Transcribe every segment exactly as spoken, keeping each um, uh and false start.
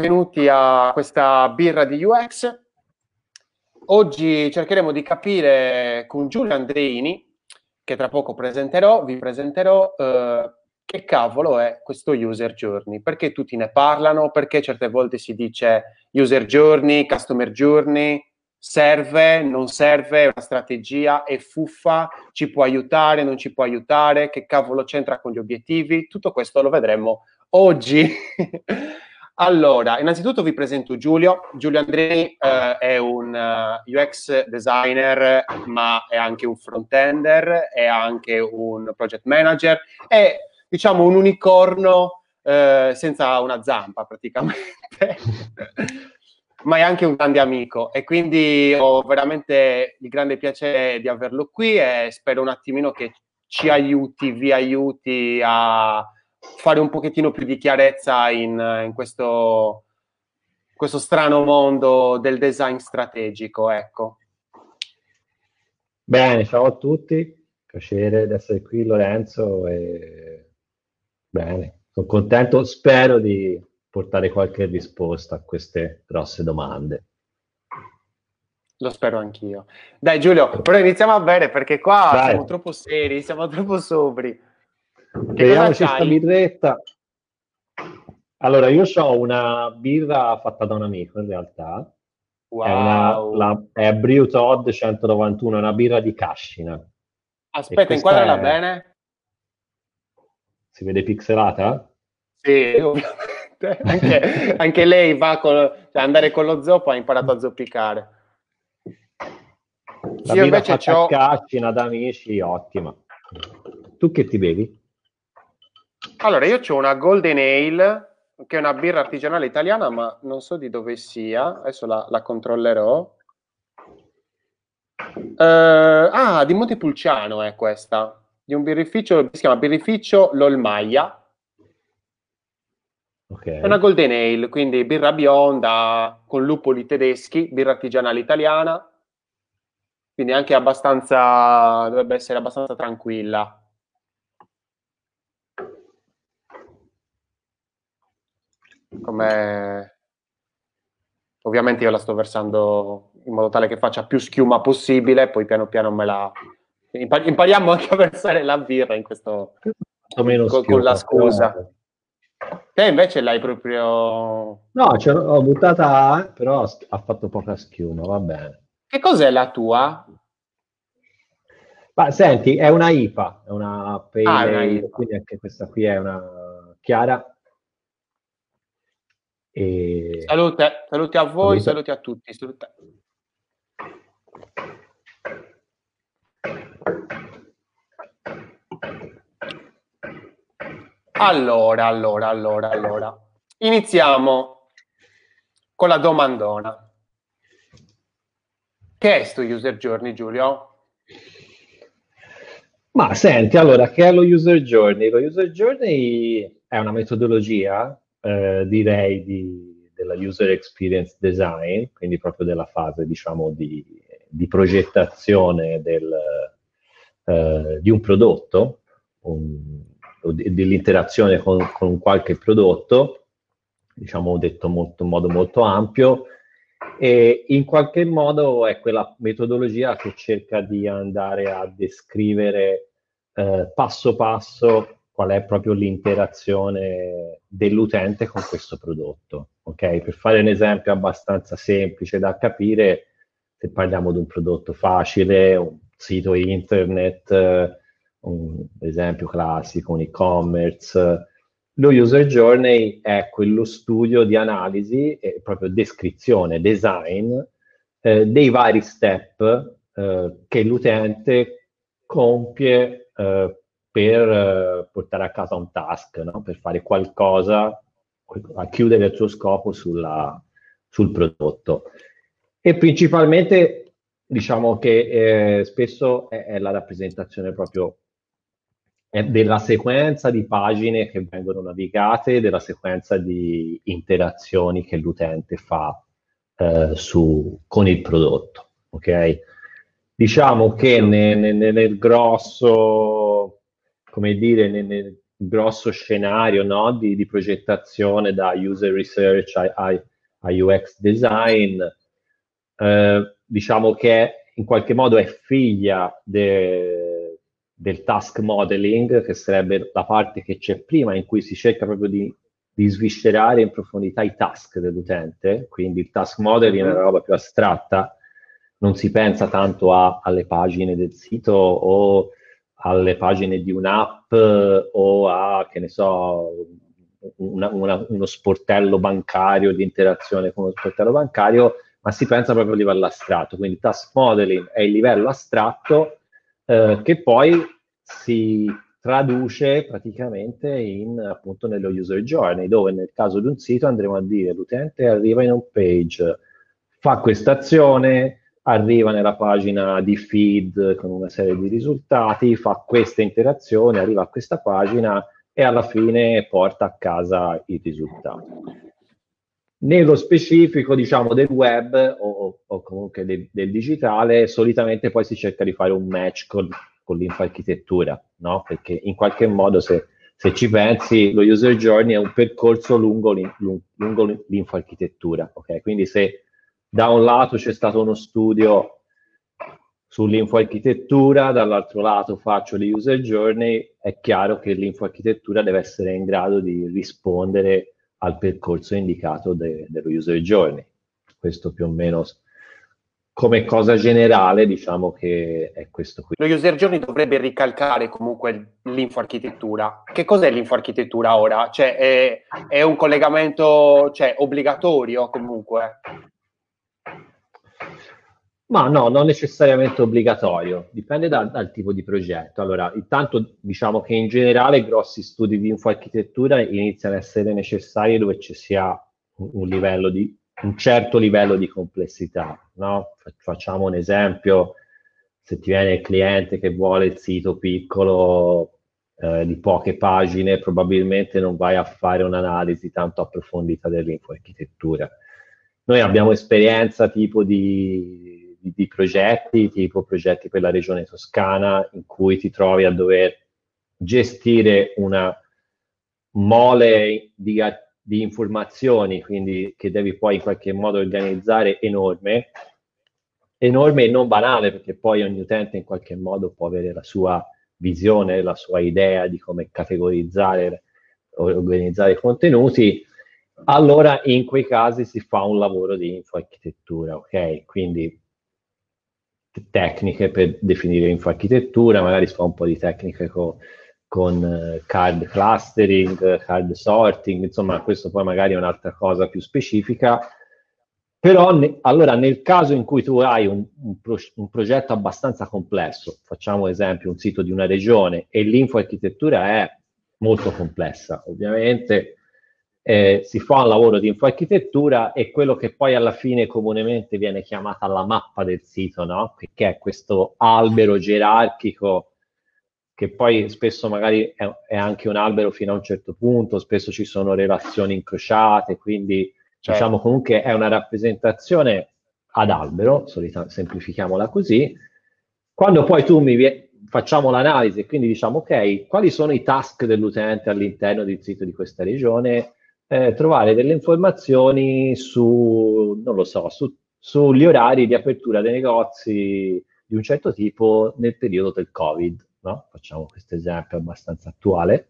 benvenuti a questa birra di U X. Oggi cercheremo di capire con Giulio Andreini, che tra poco presenterò, vi presenterò, eh, che cavolo è questo user journey, perché tutti ne parlano, perché certe volte si dice user journey, customer journey, serve, non serve, è una strategia, è fuffa, ci può aiutare, non ci può aiutare, che cavolo c'entra con gli obiettivi, tutto questo lo vedremo oggi. Allora, innanzitutto vi presento Giulio. Giulio Andreini eh, è un uh, U X designer, ma è anche un front-ender, è anche un project manager, è diciamo un unicorno eh, senza una zampa praticamente, ma è anche un grande amico e quindi ho veramente il grande piacere di averlo qui e spero un attimino che ci aiuti, vi aiuti a fare un pochettino più di chiarezza in, in questo, questo strano mondo del design strategico, ecco. Bene, ciao a tutti, piacere di essere qui Lorenzo e bene, sono contento, spero di portare qualche risposta a queste grosse domande. Lo spero anch'io. Dai Giulio, però iniziamo a bere perché qua Dai. siamo troppo seri, siamo troppo sobri. Che Beviamoci cosa sta c'hai? birretta. Allora, io ho una birra fatta da un amico in realtà, è una Wow. la, è Brew Todd centonovantuno, è una birra di cascina. E Aspetta, questa inquadrala è, bene? si vede pixelata? Sì, ovviamente. Anche, anche lei va con, cioè andare con lo zoppo, ha imparato a zoppicare. La Io birra invece fatta a c'ho... cascina da amici, ottima. Tu che ti bevi? Allora, io ho una Golden Ale, che è una birra artigianale italiana, ma non so di dove sia, adesso la, la controllerò. Eh, ah, di Montepulciano è questa, di un birrificio, si chiama Birrificio L'Olmaia. Ok. È una Golden Ale, quindi birra bionda, con lupoli tedeschi, birra artigianale italiana, quindi anche abbastanza, dovrebbe essere abbastanza tranquilla. Come... Ovviamente io la sto versando in modo tale che faccia più schiuma possibile, poi piano piano me la... Impar- impariamo anche a versare la birra in questo... Meno con, con la schiuma, però... scusa. Te invece l'hai proprio... No, ce l'ho l'ho buttata, però ha fatto poca schiuma, va bene. Che cos'è la tua? Ma senti, è una I P A, è una Ah, è Pale una Ale, I P A. quindi anche questa qui è una chiara. E... Salute, saluti a voi, Salute. saluti a tutti. Salute. Allora, allora, allora, allora. Iniziamo con la domandona. Che è sto user journey, Giulio? Ma senti, allora, che è lo user journey? Lo user journey è una metodologia, eh, direi, di- della user experience design, quindi proprio della fase, diciamo, di, di progettazione del, eh, di un prodotto, un- o di- dell'interazione con, con qualche prodotto, diciamo, detto molto, in modo molto ampio, e in qualche modo è quella metodologia che cerca di andare a descrivere eh, passo passo qual è proprio l'interazione dell'utente con questo prodotto. Ok? Per fare un esempio abbastanza semplice da capire, se parliamo di un prodotto facile, un sito internet, eh, un esempio classico, un e-commerce, lo user journey è quello studio di analisi e proprio descrizione, design eh, dei vari step eh, che l'utente compie eh, per eh, portare a casa un task, no? Per fare qualcosa, a chiudere il suo scopo sulla, sul prodotto. E principalmente diciamo che eh, spesso è, è la rappresentazione proprio è della sequenza di pagine che vengono navigate, della sequenza di interazioni che l'utente fa eh, su, con il prodotto. Ok? Diciamo che ne- ne- ne- nel grosso, come dire, ne- ne- grosso scenario, no, di, di progettazione da user research a, a, a U X design, eh, diciamo che in qualche modo è figlia de, del task modeling, che sarebbe la parte che c'è prima, in cui si cerca proprio di, di sviscerare in profondità i task dell'utente. Quindi il task modeling è una roba più astratta, non si pensa tanto a, alle pagine del sito o alle pagine di un'app o a, che ne so, una, una, uno sportello bancario, di interazione con uno sportello bancario, ma si pensa proprio a livello astratto. Quindi task modeling è il livello astratto eh, che poi si traduce praticamente in, appunto, nello user journey, dove nel caso di un sito andremo a dire l'utente arriva in home page, fa questa azione, arriva nella pagina di feed con una serie di risultati, fa queste interazioni, arriva a questa pagina e alla fine porta a casa il risultato. Nello specifico, diciamo, del web o, o comunque del, del digitale, solitamente poi si cerca di fare un match con, con l'infoarchitettura, no? Perché in qualche modo, se, se ci pensi, lo user journey è un percorso lungo, lungo l'infoarchitettura, ok? Quindi se da un lato c'è stato uno studio sull'infoarchitettura, dall'altro lato faccio le user journey, è chiaro che l'infoarchitettura deve essere in grado di rispondere al percorso indicato de, dello user journey. Questo più o meno come cosa generale, diciamo che è questo qui. Lo user journey dovrebbe ricalcare comunque l'infoarchitettura. Che cos'è l'infoarchitettura ora? Cioè è, è un collegamento, cioè, obbligatorio comunque? Ma no, non necessariamente obbligatorio, dipende da, dal tipo di progetto. Allora, intanto diciamo che in generale grossi studi di infoarchitettura iniziano a essere necessari dove ci sia un, un livello di, un certo livello di complessità, no? Facciamo un esempio: se ti viene il cliente che vuole il sito piccolo eh, di poche pagine, probabilmente non vai a fare un'analisi tanto approfondita dell'infoarchitettura. Noi abbiamo esperienza tipo di Di, di progetti, tipo progetti per la regione Toscana, in cui ti trovi a dover gestire una mole di, di informazioni, quindi che devi poi in qualche modo organizzare, enorme, enorme e non banale, perché poi ogni utente in qualche modo può avere la sua visione, la sua idea di come categorizzare o organizzare i contenuti. Allora in quei casi si fa un lavoro di infoarchitettura, ok? Quindi tecniche per definire infoarchitettura, magari si fa un po' di tecniche co, con uh, card clustering, card sorting, insomma questo poi magari è un'altra cosa più specifica. Però ne, allora nel caso in cui tu hai un, un, pro, un progetto abbastanza complesso, facciamo esempio un sito di una regione, e l'infoarchitettura è molto complessa, ovviamente Eh, si fa un lavoro di infoarchitettura e quello che poi alla fine comunemente viene chiamata la mappa del sito, no? Che è questo albero gerarchico, che poi spesso magari è, è anche un albero fino a un certo punto, spesso ci sono relazioni incrociate, quindi certo, diciamo comunque è una rappresentazione ad albero, solita, semplifichiamola così. Quando poi tu mi vieni, facciamo l'analisi e quindi diciamo ok, quali sono i task dell'utente all'interno del sito di questa regione? Eh, trovare delle informazioni su, non lo so, su, sugli orari di apertura dei negozi di un certo tipo nel periodo del Covid, no? Facciamo questo esempio abbastanza attuale.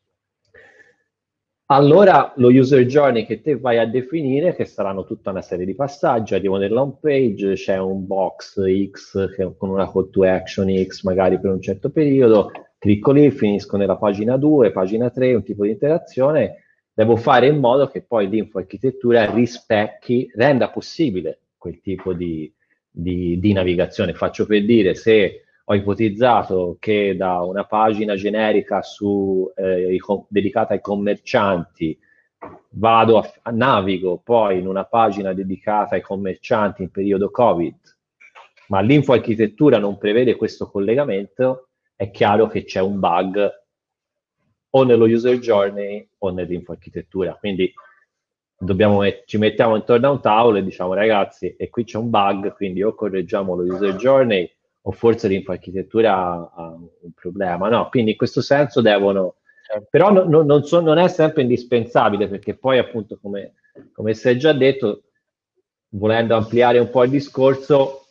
Allora lo user journey che te vai a definire, che saranno tutta una serie di passaggi, arrivo nella home page, c'è un box X che, con una call to action X magari per un certo periodo, clicco lì, finisco nella pagina due, pagina tre, un tipo di interazione. Devo fare in modo che poi l'infoarchitettura rispecchi, renda possibile quel tipo di, di, di navigazione. Faccio per dire, se ho ipotizzato che da una pagina generica su, eh, dedicata ai commercianti vado a, a navigo poi in una pagina dedicata ai commercianti in periodo Covid, ma l'infoarchitettura non prevede questo collegamento, è chiaro che c'è un bug o nello user journey o nell'infoarchitettura. Quindi dobbiamo met- ci mettiamo intorno a un tavolo e diciamo ragazzi, e qui c'è un bug, quindi o correggiamo lo user journey o forse l'infoarchitettura ha, ha un problema. No, quindi in questo senso devono, certo. Però no, no, non, so, non è sempre indispensabile, perché poi appunto, come, come si è già detto, volendo ampliare un po' il discorso,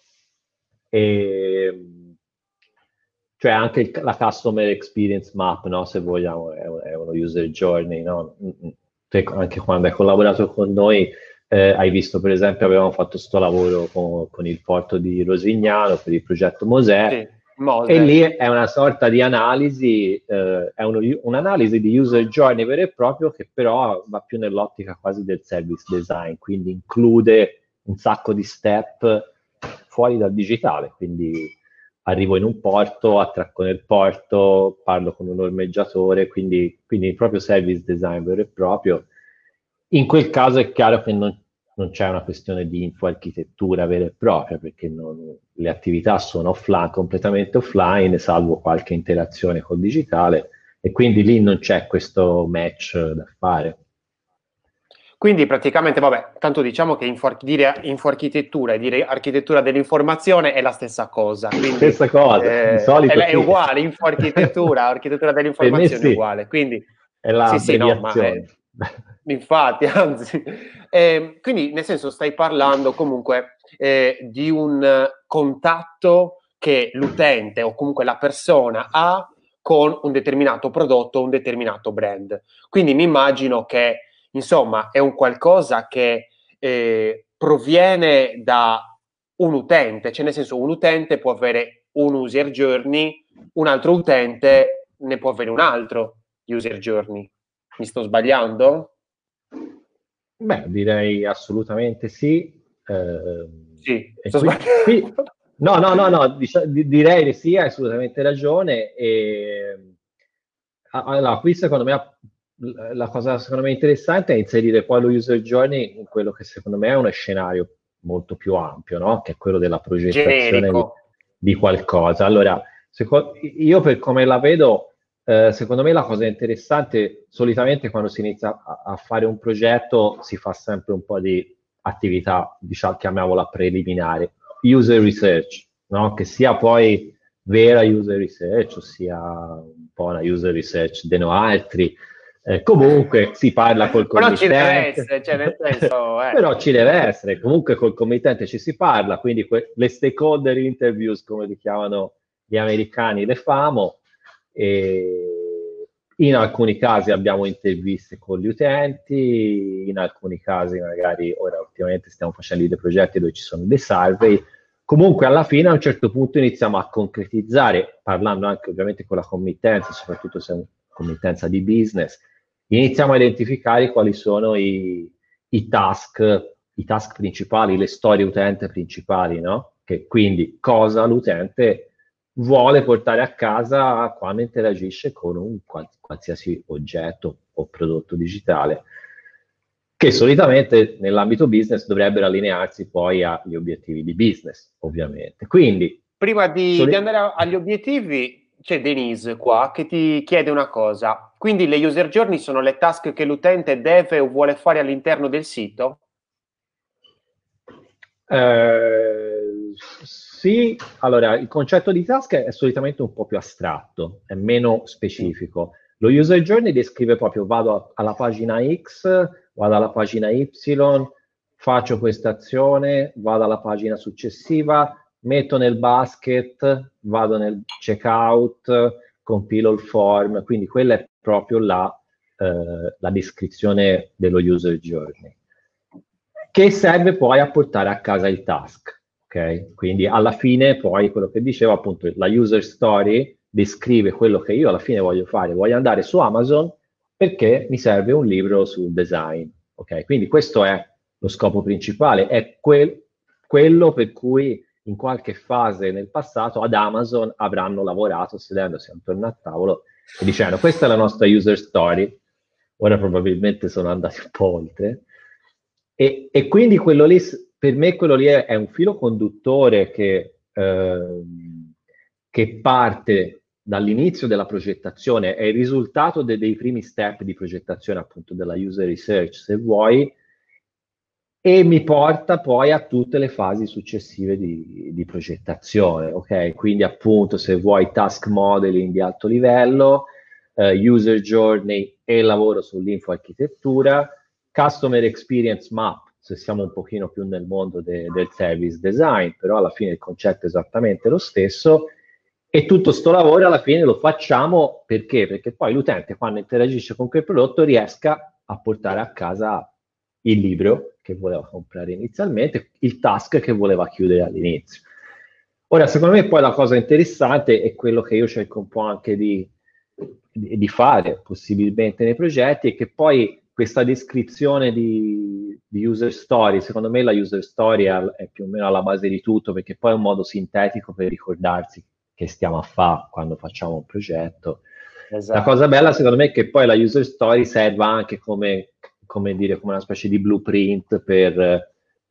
e, cioè anche il, la customer experience map, no? Se vogliamo, è, è uno user journey, no? Te, anche quando hai collaborato con noi, eh, hai visto per esempio, avevamo fatto sto lavoro con, con il porto di Rosignano per il progetto Mosè, Sì, Mose. e lì è una sorta di analisi, eh, è uno, un'analisi di user journey vero e proprio, che però va più nell'ottica quasi del service design, quindi include un sacco di step fuori dal digitale, quindi arrivo in un porto, attracco nel porto, parlo con un ormeggiatore, quindi, quindi proprio service design vero e proprio. In quel caso è chiaro che non, non c'è una questione di infoarchitettura vera e propria, perché non, le attività sono offline, completamente offline, salvo qualche interazione col digitale, e quindi lì non c'è questo match da fare. Quindi praticamente, vabbè, tanto diciamo che info, dire infoarchitettura e dire architettura dell'informazione è la stessa cosa. Quindi, stessa cosa, di eh, solito è, è sì. uguale, infoarchitettura, architettura Per me dell'informazione è sì, uguale. Quindi, è sì, sì, no, ma è, l'abbreviazione. infatti, anzi. Eh, quindi, nel senso, stai parlando comunque eh, di un contatto che l'utente o comunque la persona ha con un determinato prodotto o un determinato brand. Quindi mi immagino che insomma, è un qualcosa che eh, proviene da un utente, cioè nel senso un utente può avere un user journey, un altro utente ne può avere un altro user journey. Mi sto sbagliando? Beh, direi assolutamente sì. Eh, Sì, e sto qui, qui- sbagliando. no, no, no, no, dic- di- direi che sì, hai assolutamente ragione. E, ah, allora, qui secondo me la cosa secondo me interessante è inserire poi lo user journey in quello che secondo me è uno scenario molto più ampio, no? Che è quello della progettazione di, Generico. di qualcosa. Allora, seco- io per come la vedo, eh, secondo me la cosa interessante, solitamente quando si inizia a, a fare un progetto si fa sempre un po' di attività, diciamo, chiamiamola preliminare, user research, no? Che sia poi vera user research, ossia un po' una user research de no altri. Eh, comunque si parla col Però ci deve committente, essere, cioè nel senso, eh. però ci deve essere, comunque col committente ci si parla, quindi que- le stakeholder interviews, come li chiamano gli americani, le famo, e in alcuni casi abbiamo interviste con gli utenti, in alcuni casi magari, ora ultimamente stiamo facendo dei progetti dove ci sono dei survey. Comunque alla fine a un certo punto iniziamo a concretizzare, parlando anche ovviamente con la committenza, soprattutto se è una committenza di business, iniziamo a identificare quali sono i, i task, i task principali, le storie utente principali, no? Che quindi cosa l'utente vuole portare a casa quando interagisce con un qualsiasi oggetto o prodotto digitale, che solitamente nell'ambito business dovrebbero allinearsi poi agli obiettivi di business, ovviamente. Quindi, Prima di, di soli- andare agli obiettivi, c'è Denise qua che ti chiede una cosa. Quindi le user journey sono le task che l'utente deve o vuole fare all'interno del sito? Eh, sì, allora il concetto di task è solitamente un po' più astratto, è meno Mm. specifico. Lo user journey descrive proprio vado alla pagina X, vado alla pagina Y, faccio questa azione, vado alla pagina successiva, metto nel basket, vado nel checkout, compilo il form, quindi quella è proprio la, eh, la descrizione dello user journey, che serve poi a portare a casa il task. Ok? Quindi alla fine poi quello che dicevo appunto, la user story descrive quello che io alla fine voglio fare, voglio andare su Amazon perché mi serve un libro sul design. Ok? Quindi questo è lo scopo principale, è quel, quello per cui in qualche fase nel passato ad Amazon avranno lavorato sedendosi attorno al tavolo e dicendo questa è la nostra user story, ora probabilmente sono andati un po' oltre, e, e quindi quello lì, per me quello lì è, è un filo conduttore che, ehm, che parte dall'inizio della progettazione, è il risultato de- dei primi step di progettazione appunto della user research, se vuoi, e mi porta poi a tutte le fasi successive di, di progettazione, ok? Quindi appunto se vuoi task modeling di alto livello, eh, user journey e lavoro sull'info architettura, customer experience map, se siamo un pochino più nel mondo de- del service design, però alla fine il concetto è esattamente lo stesso, e tutto sto lavoro alla fine lo facciamo perché? Perché poi l'utente, quando interagisce con quel prodotto, riesca a portare a casa il libro che voleva comprare inizialmente, il task che voleva chiudere all'inizio. Ora, secondo me poi la cosa interessante è quello che io cerco un po' anche di, di, di fare, possibilmente nei progetti, è che poi questa descrizione di, di user story, secondo me la user story è, è più o meno alla base di tutto, perché poi è un modo sintetico per ricordarsi che stiamo a fare quando facciamo un progetto. Esatto. La cosa bella, secondo me, è che poi la user story serva anche come, come dire, come una specie di blueprint per,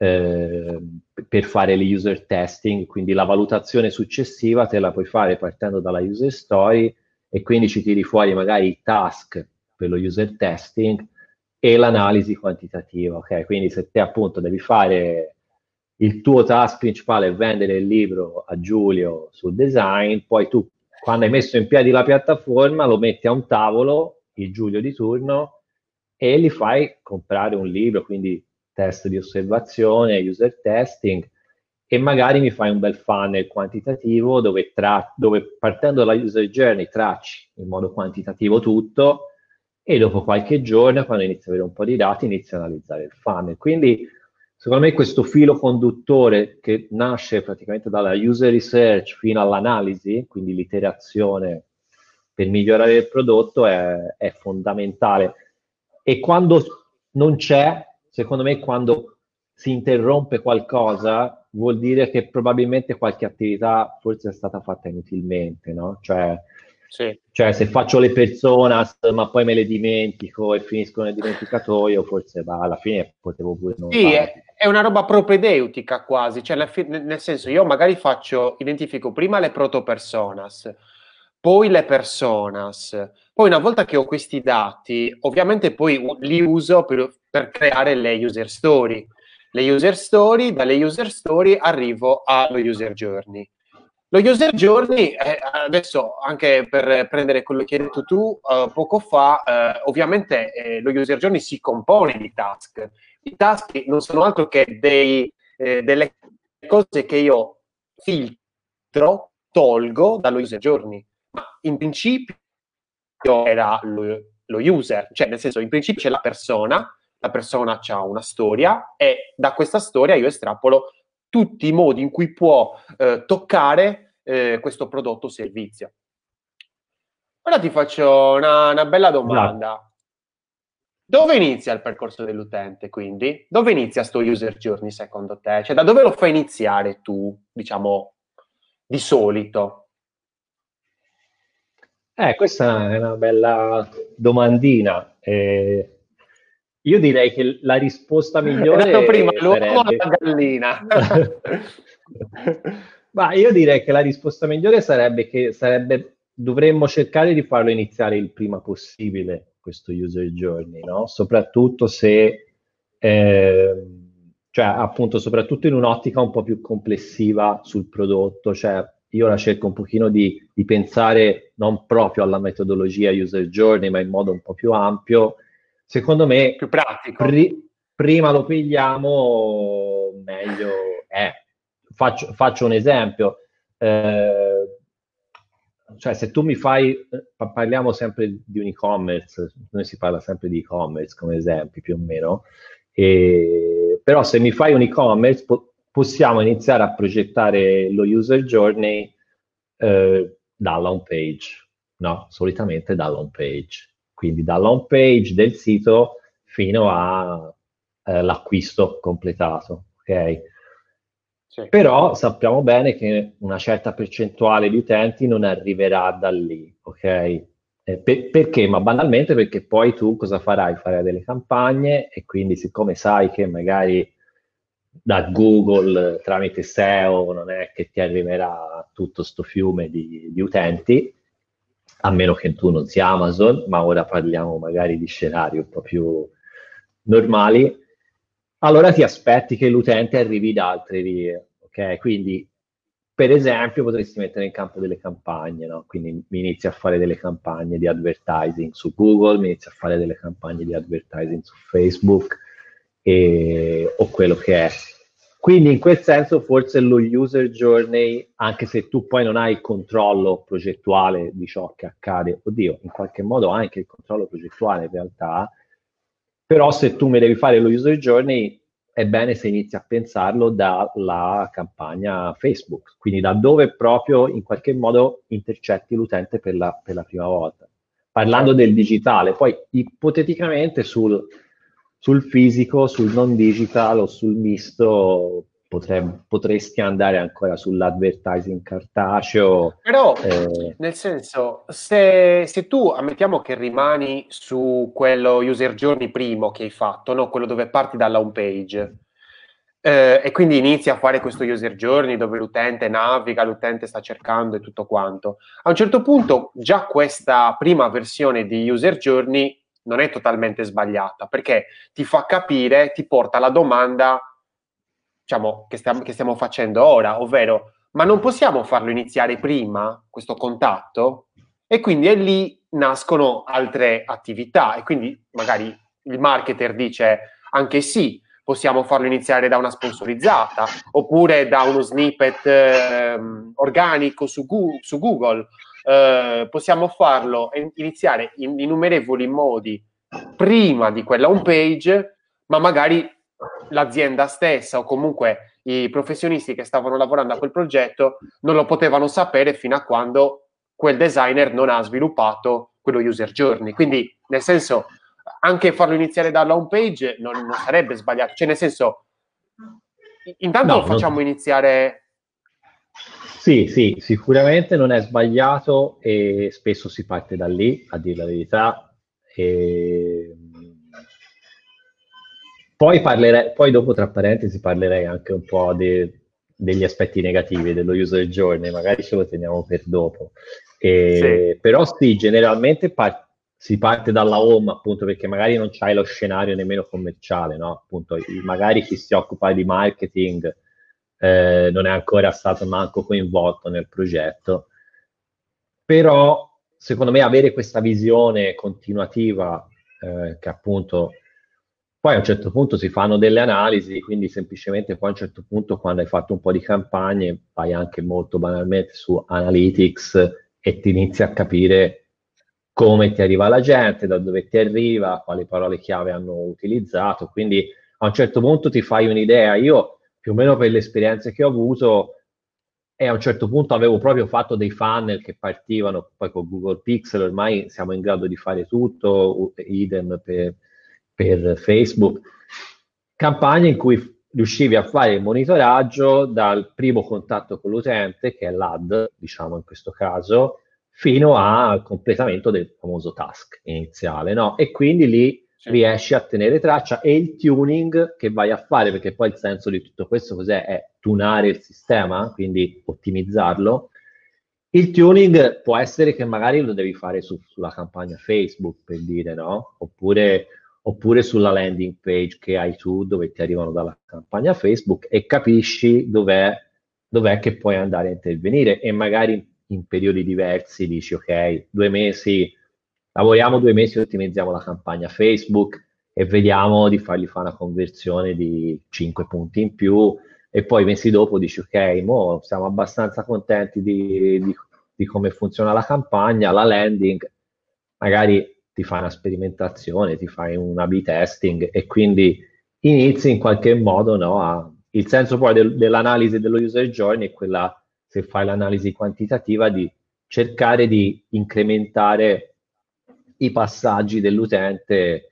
eh, per fare le user testing, quindi la valutazione successiva te la puoi fare partendo dalla user story e quindi ci tiri fuori magari i task per lo user testing e l'analisi quantitativa, ok? Quindi se te appunto devi fare il tuo task principale è vendere il libro a Giulio sul design, poi tu quando hai messo in piedi la piattaforma lo metti a un tavolo, il Giulio di turno, e gli fai comprare un libro, quindi test di osservazione, user testing, e magari mi fai un bel funnel quantitativo dove, tra- dove partendo dalla user journey tracci in modo quantitativo tutto e dopo qualche giorno, quando inizi ad avere un po' di dati, inizi a analizzare il funnel. Quindi secondo me questo filo conduttore che nasce praticamente dalla user research fino all'analisi, quindi l'iterazione per migliorare il prodotto, è, è fondamentale. E quando non c'è, secondo me, quando si interrompe qualcosa, vuol dire che probabilmente qualche attività forse è stata fatta inutilmente, no? Cioè, Sì. cioè se faccio le personas ma poi me le dimentico e finiscono nel dimenticatoio, forse va, alla fine potevo pure non Sì, farlo. è, è una roba propedeutica quasi, cioè, alla fi- nel nel senso io magari faccio, identifico prima le proto-personas, poi le personas, poi una volta che ho questi dati, ovviamente poi u- li uso per, per creare le user story. Le user story, dalle user story arrivo allo user journey. Lo user journey, eh, adesso anche per prendere quello che hai detto tu eh, poco fa, eh, ovviamente eh, lo user journey si compone di task. I task non sono altro che dei, eh, delle cose che io filtro, tolgo dallo user journey. Ma in principio era lo, lo user, cioè nel senso in principio c'è la persona, la persona ha una storia e da questa storia io estrapolo tutti i modi in cui può eh, toccare eh, questo prodotto o servizio. Ora ti faccio una, una bella Esatto. domanda. Dove inizia il percorso dell'utente, quindi? Dove inizia sto user journey secondo te? Cioè, da dove lo fai iniziare tu, diciamo, di solito? Eh, questa è una bella domandina. Eh, io direi che la risposta È nato prima migliore l'uomo o sarebbe... la gallina? Ma io direi che la risposta migliore sarebbe che sarebbe, dovremmo cercare di farlo iniziare il prima possibile, questo user journey, no? Soprattutto se, eh, cioè appunto, soprattutto in un'ottica un po' più complessiva sul prodotto, cioè io la cerco un pochino di, di pensare non proprio alla metodologia user journey, ma in modo un po' più ampio. Secondo me, Più pratico. pri- prima lo pigliamo, meglio è. Faccio, faccio un esempio. Eh, cioè, se tu mi fai, pa- parliamo sempre di un e-commerce, noi si parla sempre di e-commerce come esempi più o meno, e, però se mi fai un e-commerce po- possiamo iniziare a progettare lo user journey eh, dalla home page, no? Solitamente dalla home page, quindi dalla home page del sito fino all'acquisto completato, ok? Sì. Però sappiamo bene che una certa percentuale di utenti non arriverà da lì, ok? Eh, per- perché? Ma banalmente perché poi tu cosa farai? Farai delle campagne e quindi siccome sai che magari da Google tramite S E O non è che ti arriverà tutto sto fiume di, di utenti, a meno che tu non sia Amazon, ma ora parliamo magari di scenari un po' più normali, allora ti aspetti che l'utente arrivi da altre vie, ok? Quindi per esempio, potresti mettere in campo delle campagne, no? Quindi mi inizi a fare delle campagne di advertising su Google, mi inizi a fare delle campagne di advertising su Facebook e, o quello che è. Quindi in quel senso forse lo user journey, anche se tu poi non hai il controllo progettuale di ciò che accade, oddio, in qualche modo hai anche il controllo progettuale in realtà, però se tu mi devi fare lo user journey è bene se inizi a pensarlo dalla campagna Facebook, quindi da dove proprio in qualche modo intercetti l'utente per la, per la prima volta. Parlando Certo. del digitale, poi ipoteticamente sul, sul fisico, sul non digital o sul misto potre- potresti andare ancora sull'advertising cartaceo. Però, eh, nel senso, se, se tu ammettiamo che rimani su quello user journey primo che hai fatto, no? Quello dove parti dalla home page, eh, e quindi inizi a fare questo user journey dove l'utente naviga, l'utente sta cercando e tutto quanto. A un certo punto, già questa prima versione di user journey non è totalmente sbagliata, perché ti fa capire, ti porta alla domanda, diciamo, che stiamo, che stiamo facendo ora, ovvero ma non possiamo farlo iniziare prima, questo contatto? E quindi è lì nascono altre attività e quindi magari il marketer dice anche sì, possiamo farlo iniziare da una sponsorizzata oppure da uno snippet eh, organico su, Gu- su Google. Eh, possiamo farlo iniziare in innumerevoli modi prima di quella home page, ma magari l'azienda stessa o comunque i professionisti che stavano lavorando a quel progetto non lo potevano sapere fino a quando quel designer non ha sviluppato quello user journey. Quindi, nel senso, anche farlo iniziare dalla home page non, non sarebbe sbagliato. Cioè, nel senso, intanto lo no, non, facciamo iniziare. Sì, sì, sicuramente non è sbagliato e spesso si parte da lì, a dire la verità. E... Poi, parlerei, poi dopo, tra parentesi, parlerei anche un po' de- degli aspetti negativi dello user journey, magari ce lo teniamo per dopo. Sì, E- però sì, generalmente par- si parte dalla home, appunto, perché magari non c'hai lo scenario nemmeno commerciale, no? Appunto, i- magari chi si occupa di marketing eh, non è ancora stato manco coinvolto nel progetto, però secondo me avere questa visione continuativa eh, che appunto poi a un certo punto si fanno delle analisi, quindi semplicemente poi a un certo punto quando hai fatto un po' di campagne vai anche molto banalmente su Analytics e ti inizi a capire come ti arriva la gente, da dove ti arriva, quali parole chiave hanno utilizzato, quindi a un certo punto ti fai un'idea. Io più o meno per le esperienze che ho avuto e a un certo punto avevo proprio fatto dei funnel che partivano poi con Google Pixel, ormai siamo in grado di fare tutto, idem per, per Facebook, campagne in cui riuscivi a fare il monitoraggio dal primo contatto con l'utente, che è l'ad, diciamo in questo caso, fino al completamento del famoso task iniziale, no? E quindi lì sì. riesci a tenere traccia e il tuning che vai a fare, perché poi il senso di tutto questo cos'è? È tunare il sistema, quindi ottimizzarlo. Il tuning può essere che magari lo devi fare su- sulla campagna Facebook, per dire, no? Oppure, oppure sulla landing page che hai tu, dove ti arrivano dalla campagna Facebook e capisci dov'è, dov'è che puoi andare a intervenire e magari in periodi diversi dici, ok, due mesi, lavoriamo due mesi e ottimizziamo la campagna Facebook e vediamo di fargli fare una conversione di cinque punti in più e poi mesi dopo dici ok, mo siamo abbastanza contenti di, di- di come funziona la campagna, la landing, magari ti fai una sperimentazione, ti fai un A B testing e quindi inizi in qualche modo, no, a- il senso poi del- dell'analisi dello user journey è quella, se fai l'analisi quantitativa, di cercare di incrementare i passaggi dell'utente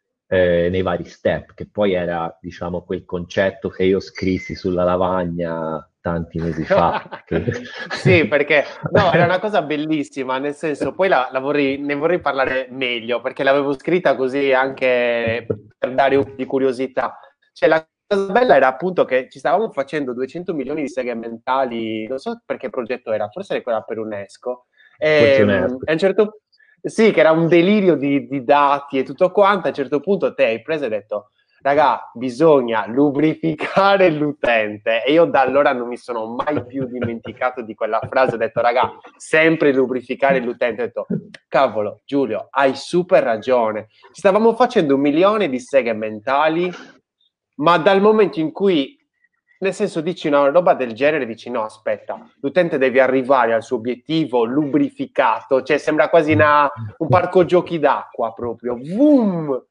eh, nei vari step, che poi era, diciamo, quel concetto che io scrissi sulla lavagna tanti mesi fa. Che... Sì, perché no, era una cosa bellissima, nel senso, poi la, la vorrei, ne vorrei parlare meglio, perché l'avevo scritta così anche per dare un po' di curiosità. Cioè, la cosa bella era appunto che ci stavamo facendo duecento milioni di seghe mentali, non so per che progetto era, forse era per UNESCO, Forse e, onesto. e a un certo sì, che era un delirio di, di dati e tutto quanto, a un certo punto te hai preso e hai detto Raga, bisogna lubrificare l'utente. E io da allora non mi sono mai più dimenticato di quella frase. Ho detto, raga, sempre lubrificare l'utente. Ho detto, cavolo, Giulio, hai super ragione. Stavamo facendo un milione di seghe mentali, ma dal momento in cui, nel senso, dici una roba del genere, dici no, aspetta, l'utente deve arrivare al suo obiettivo lubrificato, cioè sembra quasi una, un parco giochi d'acqua proprio. Boom!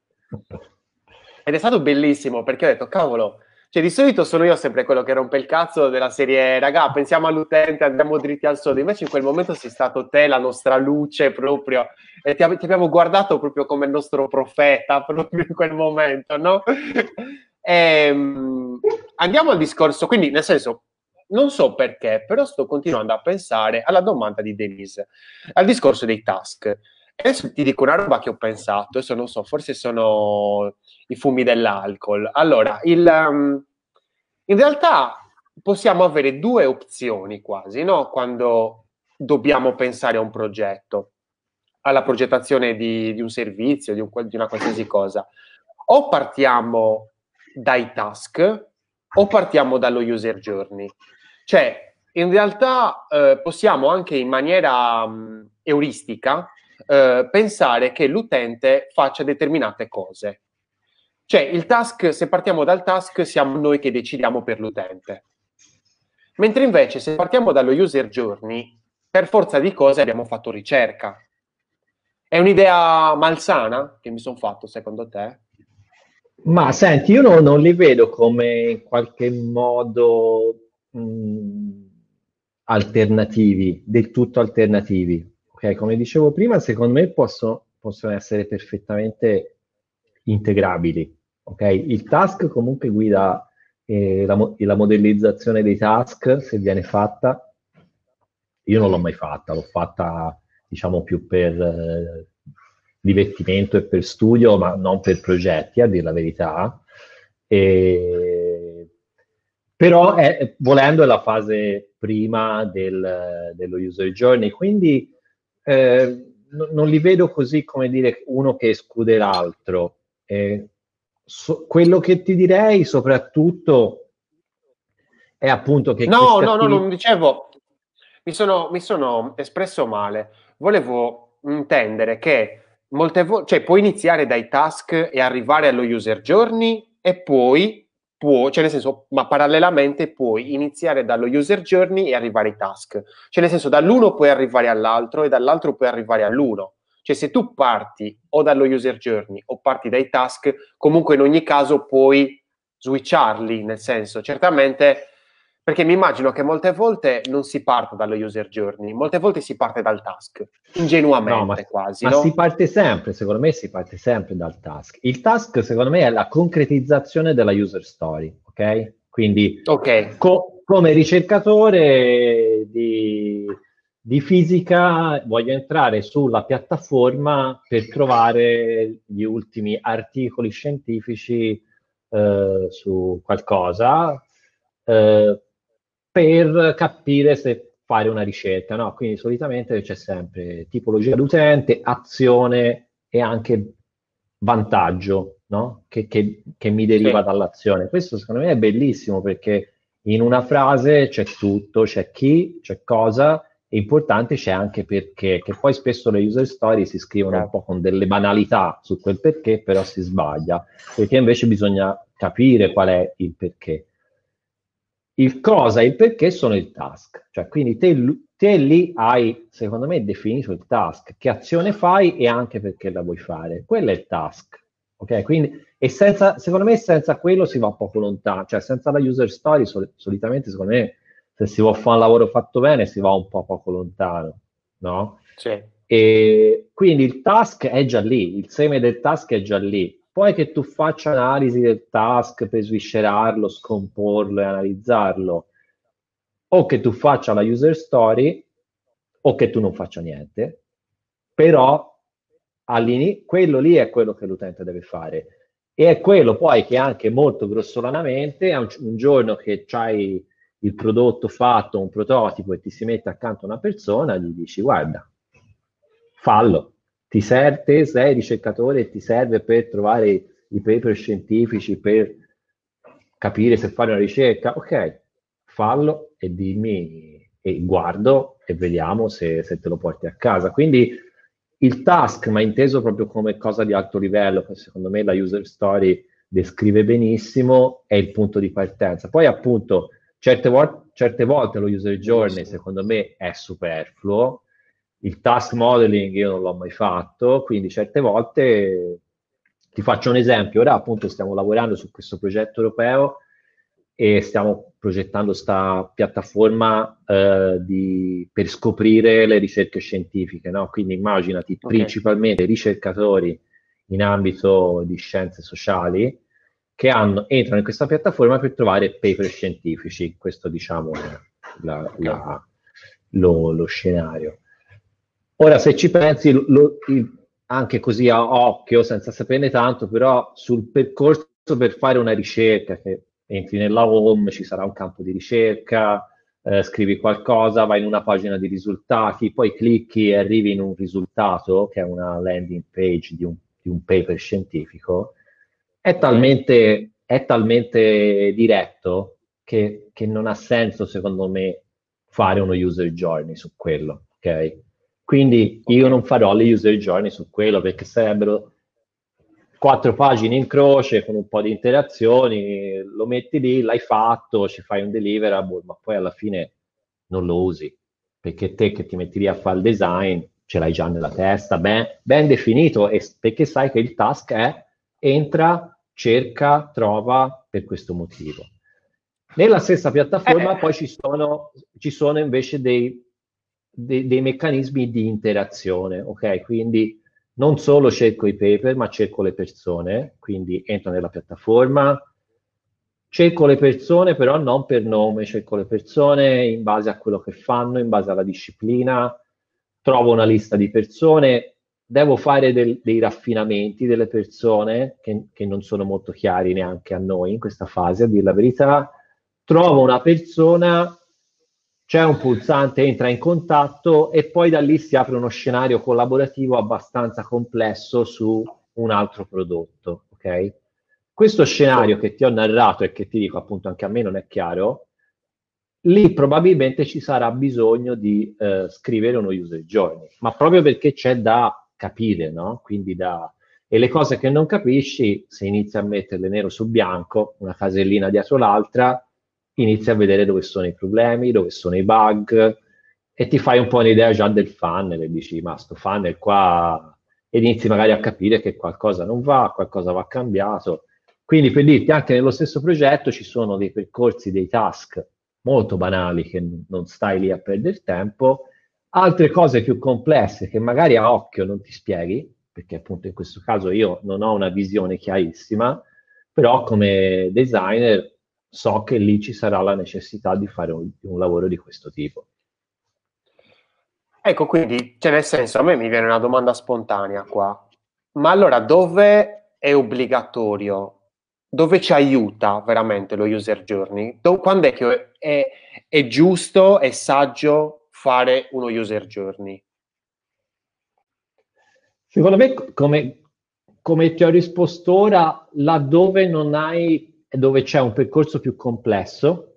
Ed è stato bellissimo perché ho detto, cavolo, cioè di solito sono io sempre quello che rompe il cazzo della serie, raga, pensiamo all'utente, andiamo dritti al sodo. Invece in quel momento sei stato te, la nostra luce proprio, e ti, ti abbiamo guardato proprio come il nostro profeta, proprio in quel momento, no? E, um, andiamo al discorso, quindi nel senso, non so perché, però sto continuando a pensare alla domanda di Denise, al discorso dei task. Adesso ti dico una roba che ho pensato, adesso non so, forse sono i fumi dell'alcol. Allora, il, um, in realtà possiamo avere due opzioni quasi, no? Quando dobbiamo pensare a un progetto, alla progettazione di, di un servizio, di, un, di una qualsiasi cosa. O partiamo dai task o partiamo dallo user journey. Cioè, in realtà eh, possiamo anche in maniera um, euristica eh, pensare che l'utente faccia determinate cose. Cioè, il task, se partiamo dal task, siamo noi che decidiamo per l'utente. Mentre invece, se partiamo dallo user journey, per forza di cose abbiamo fatto ricerca. È un'idea malsana che mi sono fatto, secondo te? Ma senti, io non, non li vedo come in qualche modo mh, alternativi, del tutto alternativi. Ok, come dicevo prima, secondo me posso- possono essere perfettamente integrabili. Ok, il task comunque guida eh, la, mo- la modellizzazione dei task, se viene fatta. Io non l'ho mai fatta, l'ho fatta diciamo più per eh, divertimento e per studio, ma non per progetti, a dire la verità. E... Però è, volendo è la fase prima del- dello user journey, quindi eh, n- non li vedo così come dire uno che esclude l'altro. Eh, so- quello che ti direi soprattutto è appunto che No, queste no, no, attività... non dicevo, mi sono, mi sono espresso male. Volevo intendere che molte volte, cioè puoi iniziare dai task e arrivare allo user journey e poi può, cioè nel senso, ma parallelamente puoi iniziare dallo user journey e arrivare ai task. Cioè nel senso, dall'uno puoi arrivare all'altro e dall'altro puoi arrivare all'uno. Cioè se tu parti o dallo user journey o parti dai task, comunque in ogni caso puoi switcharli, nel senso, certamente, perché mi immagino che molte volte non si parta dallo user journey, molte volte si parte dal task, No, ma, ingenuamente quasi, ma si no? parte sempre, secondo me si parte sempre dal task. Il task, secondo me, è la concretizzazione della user story, ok? Quindi, Ok, co- come ricercatore di, di fisica, voglio entrare sulla piattaforma per trovare gli ultimi articoli scientifici eh, su qualcosa, eh, per capire se fare una ricerca, no? Quindi solitamente c'è sempre tipologia d'utente, azione e anche vantaggio, no? Che, che- che mi deriva sì, dall'azione. Questo secondo me è bellissimo perché in una frase c'è tutto, c'è chi, c'è cosa, e importante c'è anche perché, che poi spesso le user story si scrivono un chiaro. po' con delle banalità su quel perché, però si sbaglia, perché invece bisogna capire qual è il perché. Il cosa e il perché sono il task, cioè quindi te, te lì hai, secondo me, definito il task, che azione fai e anche perché la vuoi fare. Quello è il task, ok? Quindi, e senza, secondo me senza quello si va poco lontano, cioè senza la user story sol- solitamente, secondo me, se si vuole fare un lavoro fatto bene si va un po' poco lontano, no? Sì, E quindi il task è già lì, il seme del task è già lì. Poi che tu faccia analisi del task per sviscerarlo, scomporlo e analizzarlo, o che tu faccia la user story, o che tu non faccia niente, però all'ini- quello lì è quello che l'utente deve fare. E è quello poi che anche molto grossolanamente, un, un giorno che c'hai il prodotto fatto, un prototipo e ti si mette accanto a una persona, gli dici guarda, fallo, ti serve, te sei ricercatore e ti serve per trovare i paper scientifici per capire se fare una ricerca, ok, fallo e dimmi, e guardo e vediamo se, se te lo porti a casa. Quindi il task, ma inteso proprio come cosa di alto livello, che secondo me la user story descrive benissimo, è il punto di partenza. Poi appunto certe, vo- certe volte lo user journey Bellissimo. secondo me è superfluo, il task modeling io non l'ho mai fatto, quindi certe volte ti faccio un esempio, ora appunto stiamo lavorando su questo progetto europeo e stiamo progettando questa piattaforma eh, di- per scoprire le ricerche scientifiche, no? Quindi immaginati Ok, principalmente ricercatori in ambito di scienze sociali che hanno- entrano in questa piattaforma per trovare paper scientifici. Questo, diciamo, è la- ok. la- lo, lo scenario. Ora, se ci pensi, lo- il- anche così a occhio, senza saperne tanto, però sul percorso per fare una ricerca, che entri nella home, ci sarà un campo di ricerca, eh, scrivi qualcosa, vai in una pagina di risultati, poi clicchi e arrivi in un risultato, che è una landing page di un, di un paper scientifico, è Ok. talmente, è talmente diretto che, che non ha senso, secondo me, fare uno user journey su quello, ok? Quindi Ok. io non farò le user journey su quello perché sarebbero quattro pagine in croce con un po' di interazioni, lo metti lì, l'hai fatto, ci fai un deliverable, ma poi alla fine non lo usi, perché te che ti metti lì a fare il design ce l'hai già nella testa, ben, ben definito, e, perché sai che il task è entra, cerca, trova per questo motivo. Nella stessa Eh, piattaforma poi ci sono, ci sono invece dei, dei, dei meccanismi di interazione, ok? Quindi non solo cerco i paper, ma cerco le persone, quindi entro nella piattaforma, cerco le persone, però non per nome, cerco le persone in base a quello che fanno, in base alla disciplina, trovo una lista di persone, devo fare del- dei raffinamenti delle persone che, che non sono molto chiari neanche a noi in questa fase, a dire la verità, trovo una persona, c'è un pulsante, entra in contatto e poi da lì si apre uno scenario collaborativo abbastanza complesso su un altro prodotto, ok? Questo sì. scenario che ti ho narrato e che ti dico appunto anche a me non è chiaro, lì probabilmente ci sarà bisogno di eh, scrivere uno user journey, ma proprio perché c'è da capire, no? Quindi da... E le cose che non capisci, se inizi a metterle nero su bianco, una casellina dietro l'altra, inizi a vedere dove sono i problemi, dove sono i bug, e ti fai un po' un'idea già del funnel e dici, ma sto funnel qua, e inizi magari a capire che qualcosa non va, qualcosa va cambiato. Quindi per dirti, anche nello stesso progetto ci sono dei percorsi, dei task molto banali che non stai lì a perdere tempo, altre cose più complesse che magari a occhio non ti spieghi, perché appunto in questo caso io non ho una visione chiarissima, però come designer so che lì ci sarà la necessità di fare un, un lavoro di questo tipo. Ecco, quindi, cioè nel senso, a me mi viene una domanda spontanea qua. Ma allora dove è obbligatorio? Dove ci aiuta veramente lo user journey? Do- quando è che è, è giusto, è saggio fare uno user journey? Secondo me, come, come ti ho risposto ora, laddove non hai, dove c'è un percorso più complesso,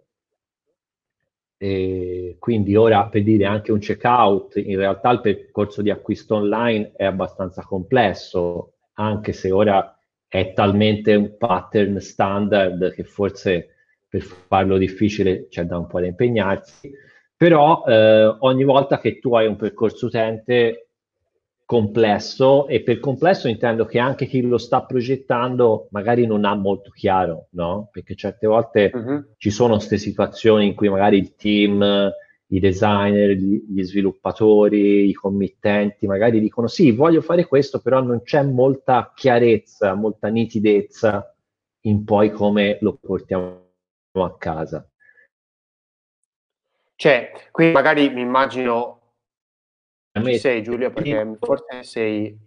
e quindi ora per dire anche un checkout, in realtà il percorso di acquisto online è abbastanza complesso, anche se ora è talmente un pattern standard che forse per farlo difficile c'è da un po' da impegnarsi, però eh, ogni volta che tu hai un percorso utente complesso, e per complesso intendo che anche chi lo sta progettando magari non ha molto chiaro, no? Perché certe volte Mhm. ci sono queste situazioni in cui magari il team, i designer, gli, gli sviluppatori, i committenti magari dicono sì, voglio fare questo, però non c'è molta chiarezza, molta nitidezza in poi come lo portiamo a casa. Cioè, qui magari mi immagino, A ci me sei Giulio, perché forse sei,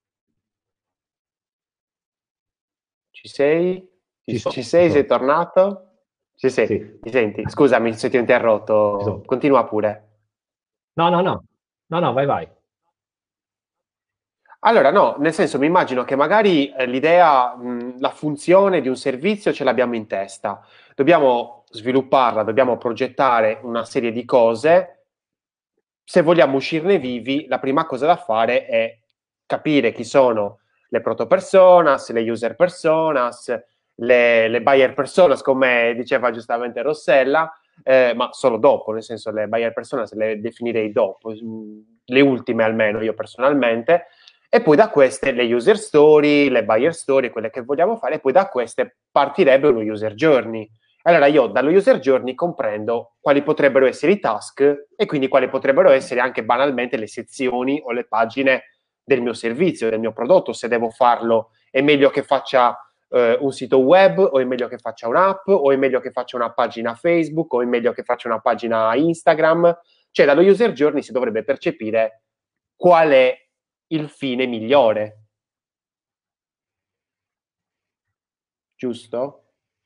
ci sei, ci, ci ci sono, ci sei, sei sono, tornato? Ci sei, sì, mi senti? Scusami se ti ho ci interrotto, sono. continua pure. No, no, no, no, no, vai, vai. Allora, no, nel senso mi immagino che magari eh, l'idea, mh, la funzione di un servizio ce l'abbiamo in testa, dobbiamo svilupparla, dobbiamo progettare una serie di cose. Se vogliamo uscirne vivi, la prima cosa da fare è capire chi sono le proto personas, le user personas, le, le buyer personas, come diceva giustamente Rossella, eh, ma solo dopo, nel senso le buyer personas le definirei dopo, le ultime almeno io personalmente. E poi da queste le user story, le buyer story, quelle che vogliamo fare, e poi da queste partirebbe uno user journey. Allora io dallo user journey comprendo quali potrebbero essere i task e quindi quali potrebbero essere anche banalmente le sezioni o le pagine del mio servizio, del mio prodotto. Se devo farlo, è meglio che faccia eh, un sito web, o è meglio che faccia un'app, o è meglio che faccia una pagina Facebook, o è meglio che faccia una pagina Instagram. Cioè dallo user journey si dovrebbe percepire qual è il fine migliore, giusto?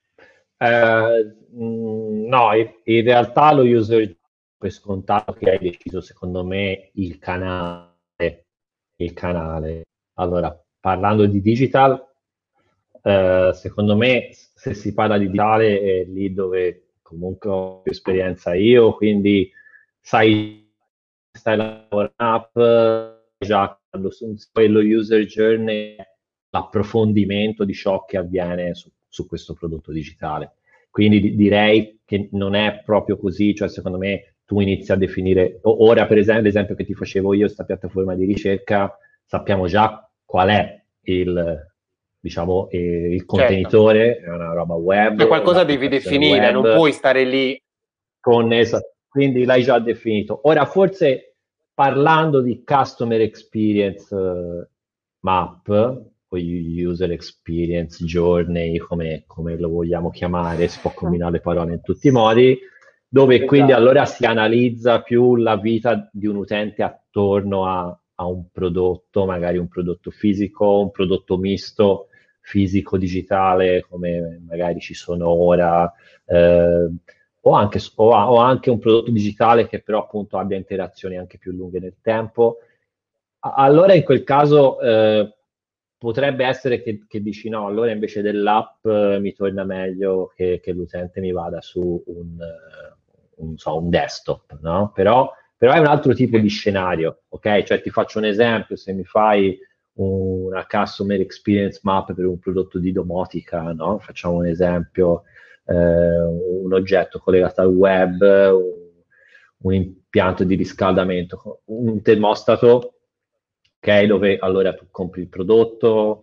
Eh, mh, no, in, in realtà lo user per scontato che hai deciso, secondo me, il canale, il canale. Allora, parlando di digital, eh, secondo me, se si parla di digitale è lì dove comunque ho più esperienza io, quindi sai, stai lavorando in app, già quando su quello user journey, l'approfondimento di ciò che avviene su, su questo prodotto digitale. Quindi di- direi che non è proprio così, cioè secondo me tu inizi a definire, o- ora per esempio l'esempio che ti facevo io, questa piattaforma di ricerca, sappiamo già qual è il, diciamo, eh, il Certo. contenitore, è una roba web, Cioè qualcosa devi un'applicazione definire, non web, puoi stare lì. con esa- quindi l'hai già definito. Ora, forse parlando di customer experience eh, map o user experience journey, come, come lo vogliamo chiamare, si può combinare le parole in tutti i modi, dove quindi Esatto. allora si analizza più la vita di un utente attorno a, a un prodotto, magari un prodotto fisico, un prodotto misto fisico-digitale, come magari ci sono ora. Eh, o anche, o, o anche un prodotto digitale che però appunto abbia interazioni anche più lunghe nel tempo. A- Allora in quel caso eh, potrebbe essere che, che dici no, allora invece dell'app eh, mi torna meglio che, che l'utente mi vada su un, eh, un, so, un desktop, no? Però, però è un altro tipo di Sì. scenario, ok? Cioè ti faccio un esempio, se mi fai una customer experience map per un prodotto di domotica, no? Facciamo un esempio, eh, un oggetto collegato al web, un, un impianto di riscaldamento, un termostato, ok? Dove allora tu compri il prodotto,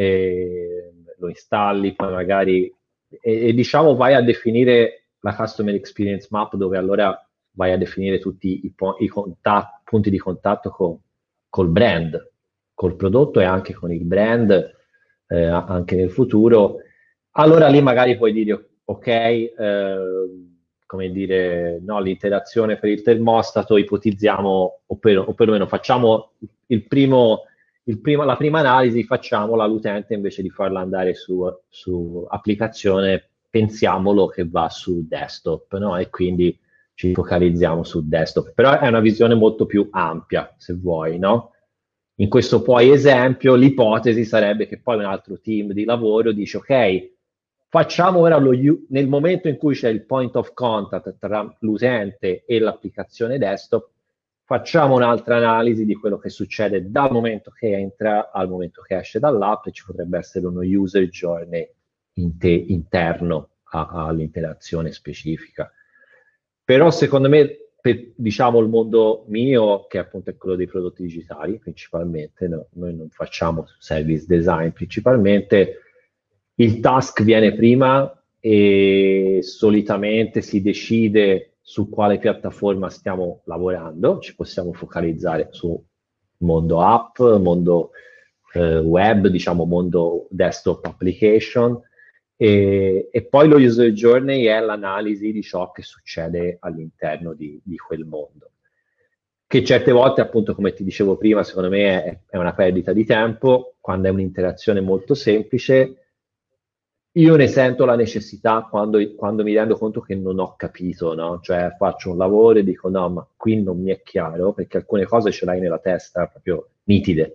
e lo installi, poi magari e, e, diciamo vai a definire la customer experience map dove allora vai a definire tutti i, po- i contat- punti di contatto con, col brand, col prodotto e anche con il brand, eh, anche nel futuro. Allora lì magari puoi dire, ok, eh, come dire, no, l'interazione per il termostato ipotizziamo, o, per, o perlomeno facciamo il primo, il primo, la prima analisi, facciamola all'utente invece di farla andare su, su applicazione, pensiamolo che va su desktop, no? E quindi ci focalizziamo su desktop. Però è una visione molto più ampia, se vuoi, no? In questo poi esempio, l'ipotesi sarebbe che poi un altro team di lavoro dice, ok, facciamo ora lo, nel momento in cui c'è il point of contact tra l'utente e l'applicazione desktop, facciamo un'altra analisi di quello che succede dal momento che entra al momento che esce dall'app e ci potrebbe essere uno user journey in te, interno a, all'interazione specifica. Però secondo me, per, diciamo, il mondo mio, che appunto è quello dei prodotti digitali principalmente, no? Noi non facciamo service design principalmente, il task viene prima e solitamente si decide su quale piattaforma stiamo lavorando, ci possiamo focalizzare su mondo app, mondo eh, web, diciamo mondo desktop application, e, e poi lo user journey è l'analisi di ciò che succede all'interno di, di quel mondo. Che certe volte, appunto, come ti dicevo prima, secondo me è, è una perdita di tempo, quando è un'interazione molto semplice. Io ne sento la necessità quando, quando mi rendo conto che non ho capito, no? Cioè faccio un lavoro e dico no, ma qui non mi è chiaro, perché alcune cose ce l'hai nella testa proprio nitide,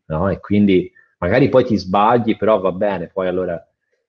no? E quindi magari poi ti sbagli, però va bene, poi allora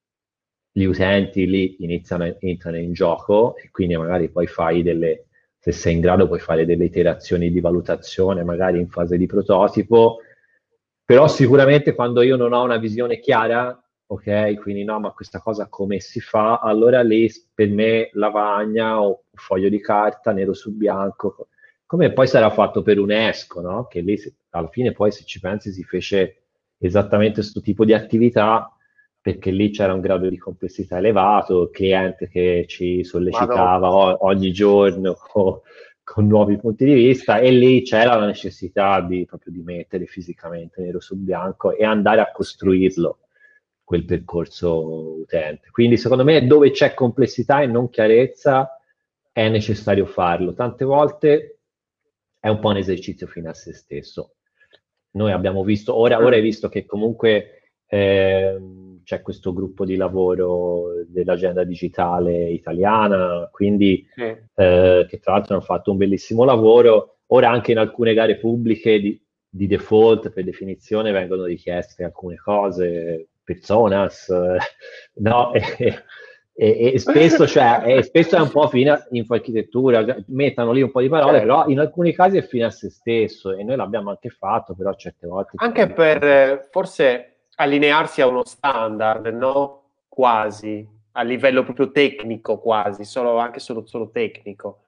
gli utenti lì iniziano, entrano in gioco e quindi magari poi fai delle, se sei in grado puoi fare delle iterazioni di valutazione, magari in fase di prototipo, però sicuramente quando io non ho una visione chiara, ok, quindi no, ma questa cosa come si fa, allora lì per me lavagna o foglio di carta nero su bianco, come poi sarà fatto per UNESCO, no? Che lì alla fine poi se ci pensi si fece esattamente questo tipo di attività perché lì c'era un grado di complessità elevato, il cliente che ci Madonna. sollecitava o- ogni giorno co- con nuovi punti di vista e lì c'era la necessità di, proprio di mettere fisicamente nero su bianco e andare a Sì. costruirlo, quel percorso utente. Quindi secondo me dove c'è complessità e non chiarezza è necessario farlo. Tante volte è un po' un esercizio fine a se stesso. Noi abbiamo visto, ora, ora hai Mm. visto che comunque ehm, c'è questo gruppo di lavoro dell'agenda digitale italiana, quindi Sì. eh, che tra l'altro hanno fatto un bellissimo lavoro. Ora anche in alcune gare pubbliche di, di default, per definizione, vengono richieste alcune cose, personas, eh, no? E, e- e spesso, cioè, e spesso è un po' fine a infoarchitettura, cioè, mettono lì un po' di parole, Certo. però in alcuni casi è fine a se stesso e noi l'abbiamo anche fatto, però certe volte ci Anche rendi per conto. eh, forse allinearsi a uno standard, no? Quasi, a livello proprio tecnico, quasi, solo, anche solo, solo tecnico.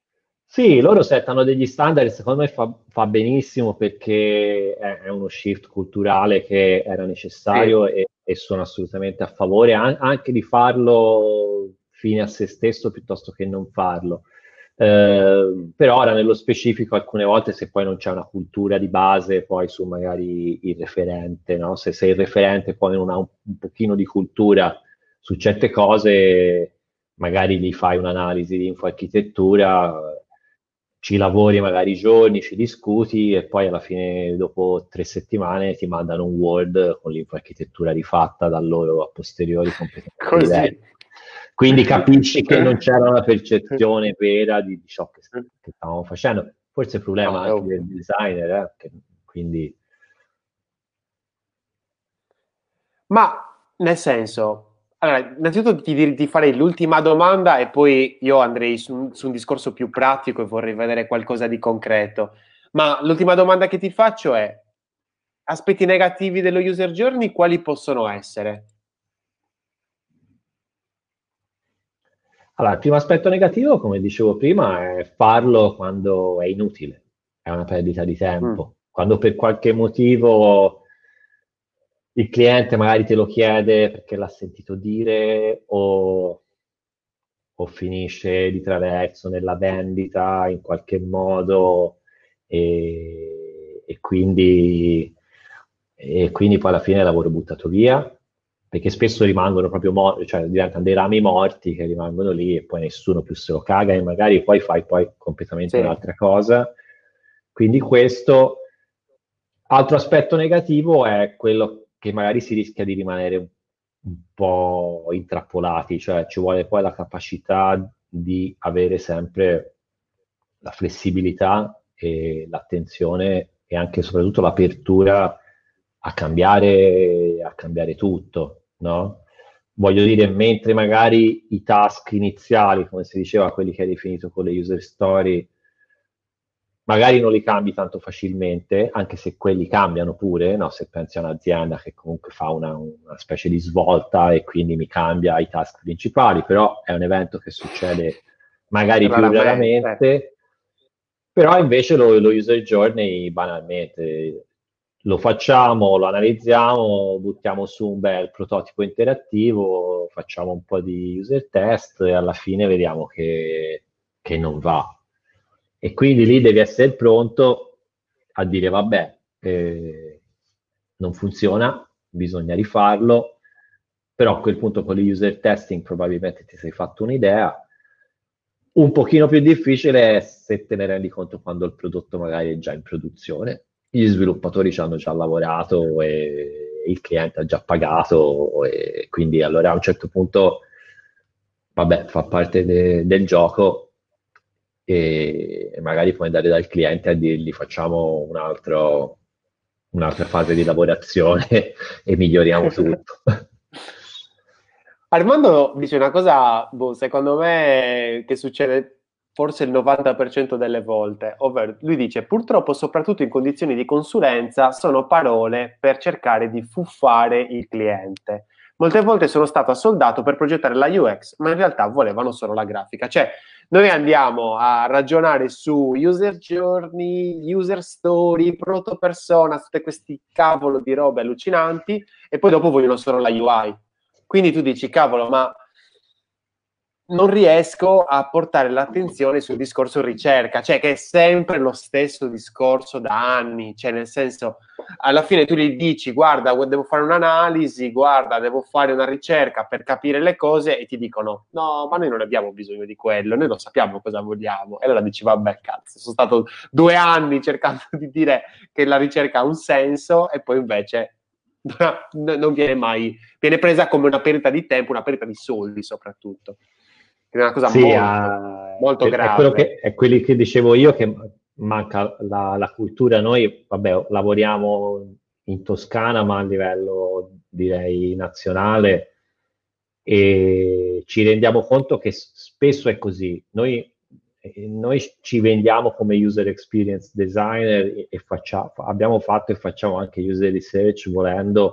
Sì, loro settano degli standard, secondo me fa, fa benissimo perché è, è uno shift culturale che era necessario Sì, e, e sono assolutamente a favore an- anche di farlo fine a se stesso piuttosto che non farlo. Eh, però ora nello specifico alcune volte se poi non c'è una cultura di base poi su magari il referente, no? Se, se il referente poi non ha un, un pochino di cultura su certe cose magari gli fai un'analisi di infoarchitettura, ci lavori magari giorni, ci discuti e poi alla fine, dopo tre settimane, ti mandano un Word con l'infoarchitettura rifatta da loro a posteriori completamente diversa. così. Quindi capisci che non c'era una percezione vera di, di ciò che, che stavamo facendo. Forse il problema No, è anche del ovvio. designer, eh, che- quindi Ma nel senso, allora, innanzitutto ti, dir- ti farei l'ultima domanda e poi io andrei su, un su un discorso più pratico e vorrei vedere qualcosa di concreto. Ma l'ultima domanda che ti faccio è: aspetti negativi dello user journey, quali possono essere? allora, il primo aspetto negativo, come dicevo prima, è farlo quando è inutile, è una perdita di Mm, tempo. Quando per qualche motivo il cliente magari te lo chiede perché l'ha sentito dire o, o finisce di traverso nella vendita in qualche modo e, e quindi, e quindi poi alla fine è lavoro buttato via perché spesso rimangono proprio morti, cioè diventano dei rami morti che rimangono lì e poi nessuno più se lo caga e magari poi fai poi completamente sì, un'altra cosa. Quindi questo. Altro aspetto negativo è quello che magari si rischia di rimanere un un po' intrappolati, cioè ci vuole poi la capacità di avere sempre la flessibilità e l'attenzione e anche e soprattutto l'apertura a cambiare, a cambiare tutto, no? Voglio dire, mentre magari i task iniziali, come si diceva, quelli che hai definito con le user story, magari non li cambi tanto facilmente, anche se quelli cambiano pure, no? Se pensi a un'azienda che comunque fa una, una specie di svolta e quindi mi cambia i task principali, però è un evento che succede magari più raramente. raramente, però invece lo, lo user journey banalmente lo facciamo, lo analizziamo, buttiamo su un bel prototipo interattivo, facciamo un po' di user test e alla fine vediamo che, che non va. E quindi lì devi essere pronto a dire, vabbè, eh, non funziona, bisogna rifarlo, però a quel punto con gli user testing probabilmente ti sei fatto un'idea. Un pochino più difficile è se te ne rendi conto quando il prodotto magari è già in produzione, gli sviluppatori ci hanno già lavorato e il cliente ha già pagato e quindi allora a un certo punto, vabbè, fa parte de- del gioco e magari puoi andare dal cliente a dirgli facciamo un altro, un'altra fase di lavorazione e miglioriamo tutto. Armando dice una cosa, boh, secondo me, che succede forse il novanta per cento delle volte, ovvero lui dice, purtroppo soprattutto in condizioni di consulenza sono parole per cercare di fuffare il cliente. Molte volte sono stato assoldato per progettare la U X, ma in realtà volevano solo la grafica. Cioè, noi andiamo a ragionare su user journey, user story, proto persona, tutti questi cavolo di robe allucinanti, e poi dopo vogliono solo la U I. Quindi tu dici, cavolo, ma non riesco a portare l'attenzione sul discorso ricerca, cioè che è sempre lo stesso discorso da anni, cioè nel senso, alla fine tu gli dici, guarda, devo fare un'analisi, guarda, devo fare una ricerca per capire le cose, e ti dicono, no, ma noi non abbiamo bisogno di quello, noi lo sappiamo cosa vogliamo. E allora dici, vabbè, cazzo, sono stato due anni cercando di dire che la ricerca ha un senso, e poi invece non viene mai, viene presa come una perdita di tempo, una perdita di soldi soprattutto, che è una cosa Sì, molto, uh, molto è, è quello grave. che, è quelli che dicevo io, che manca la, la cultura. Noi, vabbè, lavoriamo in Toscana, ma a livello, direi, nazionale, e ci rendiamo conto che s- spesso è così. Noi, eh, noi ci vendiamo come user experience designer e, e faccia- abbiamo fatto e facciamo anche user research volendo,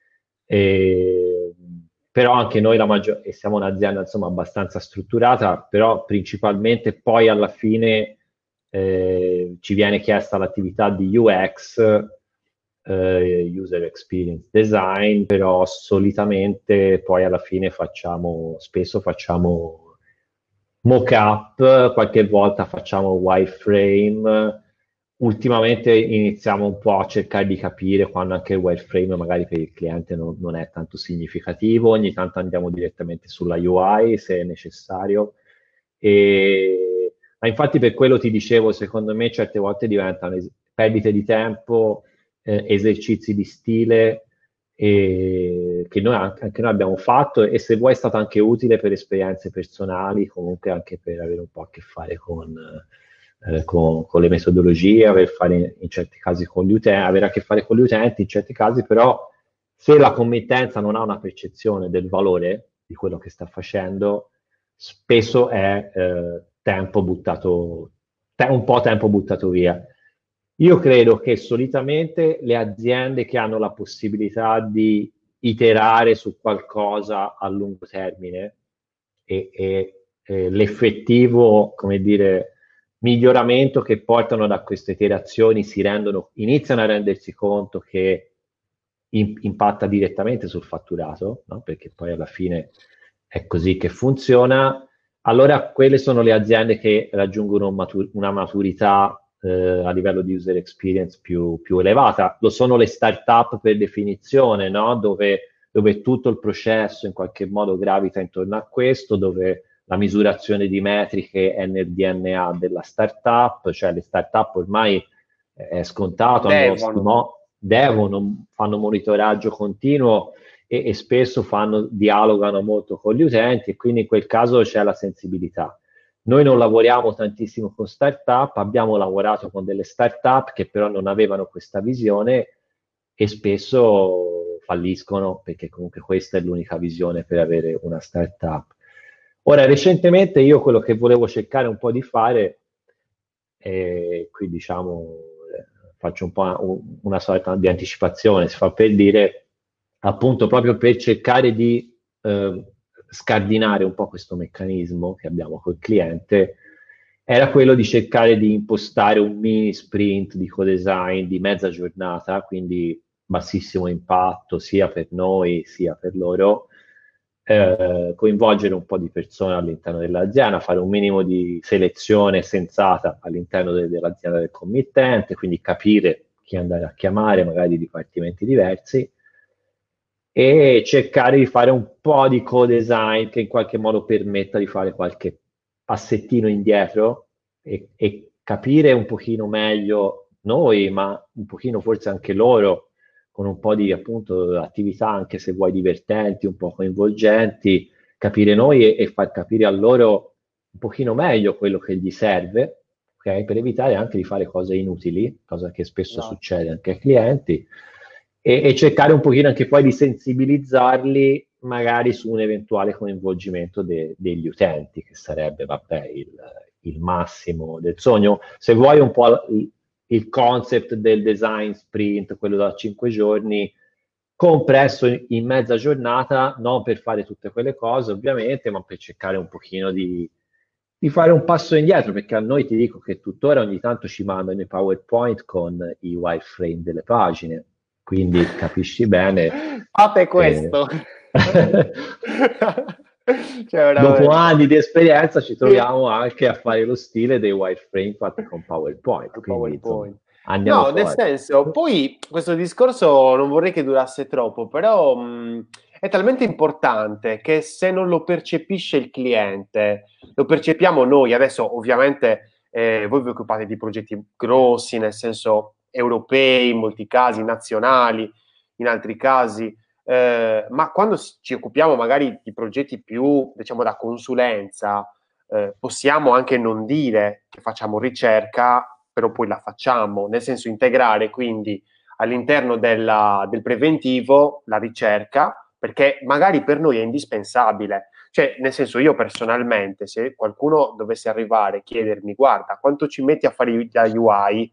e- però anche noi la maggior- e siamo un'azienda insomma abbastanza strutturata, però principalmente poi alla fine eh, ci viene chiesta l'attività di U X, eh, User Experience Design, però solitamente poi alla fine facciamo, spesso facciamo mock-up, qualche volta facciamo wireframe. Ultimamente iniziamo un po' a cercare di capire quando anche il wireframe magari per il cliente non, non è tanto significativo, ogni tanto andiamo direttamente sulla U I se è necessario. E... Ma infatti per quello ti dicevo, secondo me certe volte diventano es- perdite di tempo, eh, esercizi di stile e che noi anche, anche noi abbiamo fatto, e se vuoi è stato anche utile per esperienze personali, comunque anche per avere un po' a che fare con, eh, con, con le metodologie, avere, fare in certi casi con gli utenti, avere a che fare con gli utenti in certi casi, però se la committenza non ha una percezione del valore di quello che sta facendo, spesso è eh, tempo buttato, te- un po' tempo buttato via. Io credo che solitamente le aziende che hanno la possibilità di iterare su qualcosa a lungo termine e, e, e l'effettivo, come dire, miglioramento che portano da queste iterazioni si rendono, iniziano a rendersi conto che in, impatta direttamente sul fatturato, no? Perché poi alla fine è così che funziona. Allora quelle sono le aziende che raggiungono matur- una maturità eh, a livello di user experience più, più elevata. Lo sono le start-up per definizione, no? Dove, dove tutto il processo in qualche modo gravita intorno a questo, dove la misurazione di metriche è nel D N A della startup, cioè le startup ormai eh, è scontato, hanno Devono. stimo- devono, fanno monitoraggio continuo e, e spesso fanno, dialogano molto con gli utenti, e quindi in quel caso c'è la sensibilità. Noi non lavoriamo tantissimo con startup, abbiamo lavorato con delle startup che però non avevano questa visione e spesso falliscono perché comunque questa è l'unica visione per avere una startup. Ora, recentemente io quello che volevo cercare un po' di fare, e qui diciamo eh, faccio un po' una sorta di anticipazione, si fa per dire, appunto proprio per cercare di eh, scardinare un po' questo meccanismo che abbiamo col cliente, era quello di cercare di impostare un mini sprint di co-design di mezza giornata, quindi bassissimo impatto sia per noi sia per loro, eh, coinvolgere un po' di persone all'interno dell'azienda, fare un minimo di selezione sensata all'interno de- dell'azienda del committente, quindi capire chi andare a chiamare, magari di dipartimenti diversi, e cercare di fare un po' di co-design che in qualche modo permetta di fare qualche passettino indietro e, e capire un pochino meglio noi, ma un pochino forse anche loro, con un po' di appunto attività, anche se vuoi divertenti, un po' coinvolgenti, capire noi e, e far capire a loro un pochino meglio quello che gli serve, ok? Per evitare anche di fare cose inutili, cosa che spesso Esatto. succede anche ai clienti, e, e cercare un pochino anche poi di sensibilizzarli magari su un eventuale coinvolgimento de- degli utenti, che sarebbe, vabbè, il, il massimo del sogno. Se vuoi un po' il, il concept del design sprint, quello da cinque giorni, compresso in, in mezza giornata, non per fare tutte quelle cose ovviamente, ma per cercare un pochino di, di fare un passo indietro, perché a noi ti dico che tuttora ogni tanto ci mandano i PowerPoint con i wireframe delle pagine, quindi capisci bene. Fate eh, questo. Cioè, Dopo veramente. anni di esperienza ci Sì. troviamo anche a fare lo stile dei wireframe fatti con PowerPoint, Al quindi insomma PowerPoint. andiamo No, nel forti. senso, poi questo discorso non vorrei che durasse troppo, però mh, è talmente importante che se non lo percepisce il cliente, lo percepiamo noi. Adesso, ovviamente, eh, voi vi occupate di progetti grossi, nel senso europei, in molti casi, nazionali, in altri casi, eh, ma quando s- ci occupiamo magari di progetti più, diciamo, da consulenza, eh, possiamo anche non dire che facciamo ricerca, però poi la facciamo, nel senso integrare quindi all'interno della, del preventivo la ricerca, perché magari per noi è indispensabile. Cioè, nel senso, io personalmente, se qualcuno dovesse arrivare e chiedermi, guarda, quanto ci metti a fare la U I?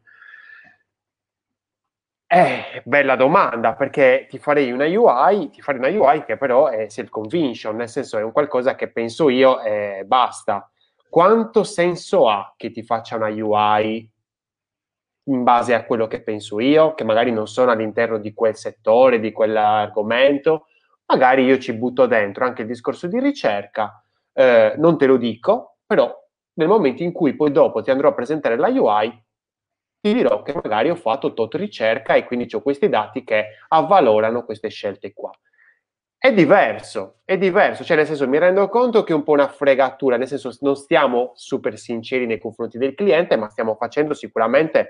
Eh, bella domanda, perché ti farei una U I, ti farei una U I che però è self-conviction, nel senso è un qualcosa che penso io e basta. Quanto senso ha che ti faccia una U I in base a quello che penso io, che magari non sono all'interno di quel settore, di quell'argomento? Magari io ci butto dentro anche il discorso di ricerca, eh, non te lo dico, però nel momento in cui poi dopo ti andrò a presentare la U I, ti dirò che magari ho fatto tot ricerca e quindi ho questi dati che avvalorano queste scelte qua. È diverso, è diverso, cioè nel senso mi rendo conto che è un po' una fregatura, nel senso non stiamo super sinceri nei confronti del cliente, ma stiamo facendo sicuramente,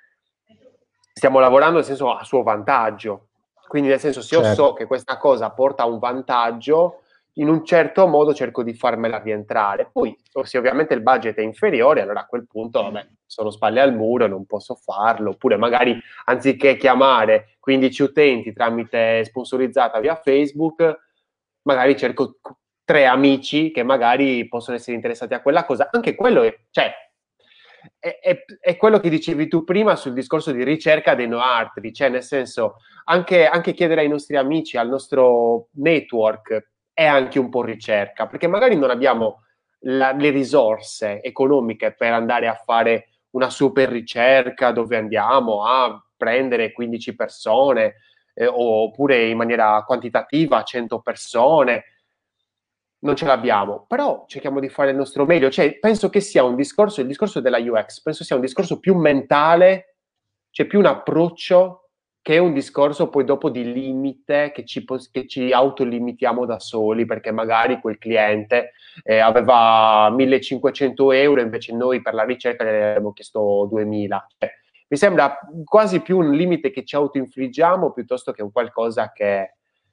stiamo lavorando nel senso a suo vantaggio. Quindi nel senso se io Certo. so che questa cosa porta a un vantaggio, in un certo modo cerco di farmela rientrare. Poi, se ovviamente il budget è inferiore, allora a quel punto, vabbè, sono spalle al muro, non posso farlo. Oppure magari, anziché chiamare quindici utenti tramite sponsorizzata via Facebook, magari cerco tre amici che magari possono essere interessati a quella cosa. Anche quello è, cioè, è, è, è quello che dicevi tu prima sul discorso di ricerca dei no altri, cioè nel senso anche, anche chiedere ai nostri amici, al nostro network, è anche un po' ricerca, perché magari non abbiamo la, le risorse economiche per andare a fare una super ricerca dove andiamo a prendere quindici persone eh, oppure in maniera quantitativa cento persone, non ce l'abbiamo, però cerchiamo di fare il nostro meglio. Cioè, penso che sia un discorso, il discorso della U X, penso sia un discorso più mentale, c'è più un approccio che un discorso poi dopo di limite che ci, che ci autolimitiamo da soli, perché magari quel cliente eh, aveva millecinquecento euro, invece noi per la ricerca gli abbiamo chiesto duemila. Cioè, mi sembra quasi più un limite che ci autoinfliggiamo piuttosto che un qualcosa che...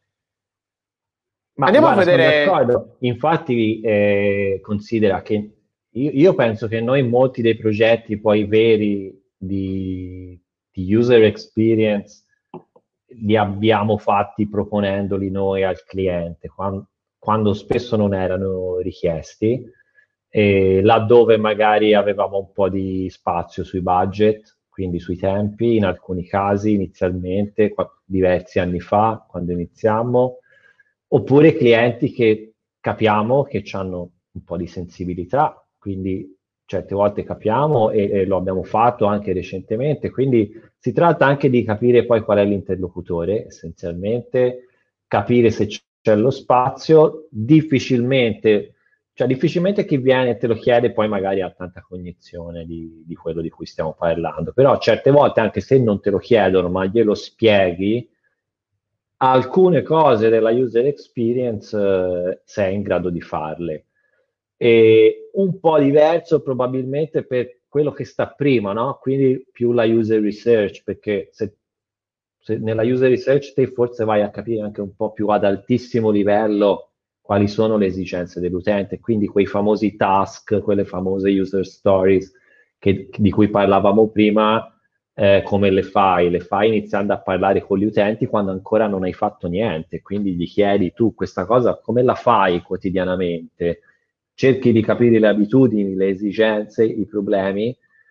Ma Andiamo a guarda, sono vedere... d'accordo. Infatti, eh, considera che io, io penso che noi molti dei progetti poi veri di, di user experience li abbiamo fatti proponendoli noi al cliente, quando, quando spesso non erano richiesti, e laddove magari avevamo un po' di spazio sui budget, quindi sui tempi, in alcuni casi inizialmente, qua- diversi anni fa, quando iniziamo, oppure clienti che capiamo che hanno un po' di sensibilità, quindi certe volte capiamo e, e lo abbiamo fatto anche recentemente, quindi si tratta anche di capire poi qual è l'interlocutore, essenzialmente, capire se c'è lo spazio, difficilmente, cioè difficilmente chi viene e te lo chiede poi magari ha tanta cognizione di, di quello di cui stiamo parlando, però certe volte anche se non te lo chiedono, ma glielo spieghi, alcune cose della user experience eh, sei in grado di farle. E un po' diverso probabilmente per quello che sta prima, no? Quindi più la user research, perché se, se nella user research te forse vai a capire anche un po' più ad altissimo livello quali sono le esigenze dell'utente, quindi quei famosi task, quelle famose user stories che, di cui parlavamo prima, eh, come le fai? Le fai iniziando a parlare con gli utenti quando ancora non hai fatto niente, quindi gli chiedi tu questa cosa come la fai quotidianamente, cerchi di capire le abitudini, le esigenze, i problemi,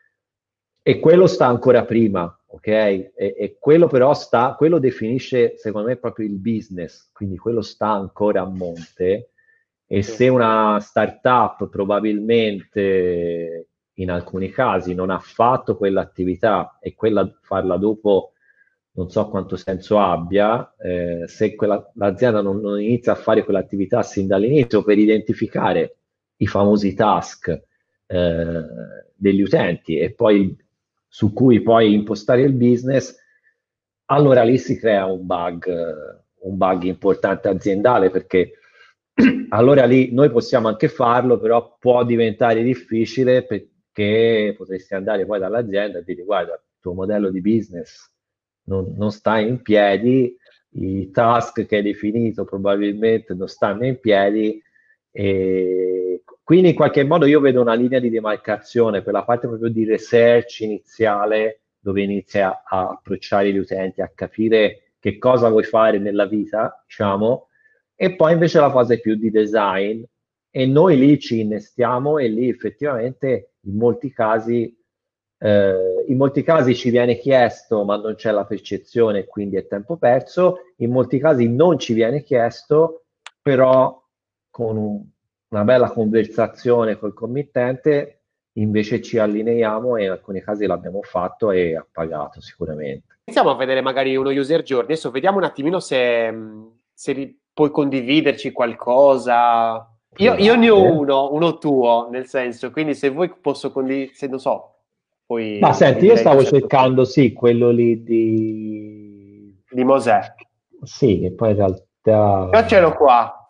e quello sta ancora prima, ok? E, e quello però sta, quello definisce secondo me proprio il business, quindi quello sta ancora a monte. E se una startup probabilmente in alcuni casi non ha fatto quell'attività e quella farla dopo non so quanto senso abbia, eh, se quella, l'azienda non, non inizia a fare quell'attività sin dall'inizio per identificare i famosi task eh, degli utenti e poi su cui poi impostare il business, allora lì si crea un bug, eh, un bug importante aziendale, perché allora lì noi possiamo anche farlo, però può diventare difficile perché potresti andare poi dall'azienda e dire guarda, il tuo modello di business non, non sta in piedi, i task che hai definito probabilmente non stanno in piedi, e quindi in qualche modo io vedo una linea di demarcazione, quella parte proprio di research iniziale dove inizi a, a approcciare gli utenti, a capire che cosa vuoi fare nella vita, diciamo, e poi invece la fase più di design, e noi lì ci innestiamo e lì effettivamente in molti casi, eh, in molti casi ci viene chiesto ma non c'è la percezione, quindi è tempo perso, in molti casi non ci viene chiesto, però con un, una bella conversazione col committente invece ci allineiamo e in alcuni casi l'abbiamo fatto e ha pagato sicuramente. Iniziamo a vedere magari uno user journey. Adesso vediamo un attimino se, se ri- puoi condividerci qualcosa. Io, io ne ho Provare. uno, uno tuo, nel senso, quindi se vuoi posso condividere, se non so, Ma poi mi senti, io direi stavo cos'è il tuo cercando, sì, quello lì di... di Mosè. Sì, che poi in Io ce realtà... l'ho qua.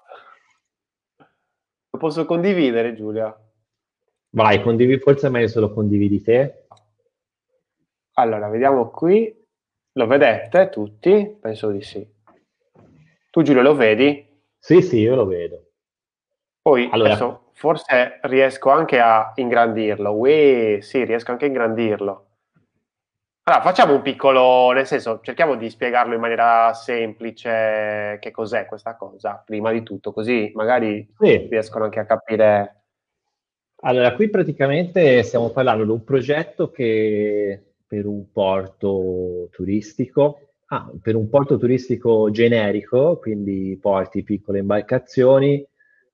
Lo posso condividere, Giulia? Vai, condividi, forse è meglio se lo condividi te. Allora, vediamo qui. Lo vedete tutti? Penso di sì. Tu, Giulia, lo vedi? Sì, sì, io lo vedo. Poi Allora, adesso forse riesco anche a ingrandirlo. Uè, sì, riesco anche a ingrandirlo. Allora, facciamo un piccolo, nel senso, cerchiamo di spiegarlo in maniera semplice che cos'è questa cosa, prima di tutto, così magari sì. riescono anche a capire. Allora, qui praticamente stiamo parlando di un progetto che per un porto turistico, ah, per un porto turistico generico, quindi porti, piccole imbarcazioni,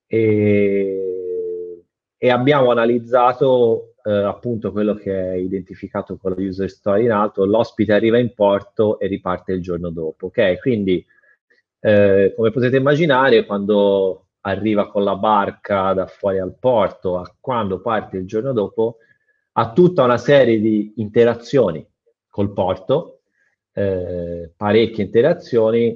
e, e abbiamo analizzato eh, appunto quello che è identificato con la user story in alto: l'ospite arriva in porto e riparte il giorno dopo, ok? Quindi eh, come potete immaginare, quando arriva con la barca da fuori al porto a quando parte il giorno dopo, ha tutta una serie di interazioni col porto, eh, parecchie interazioni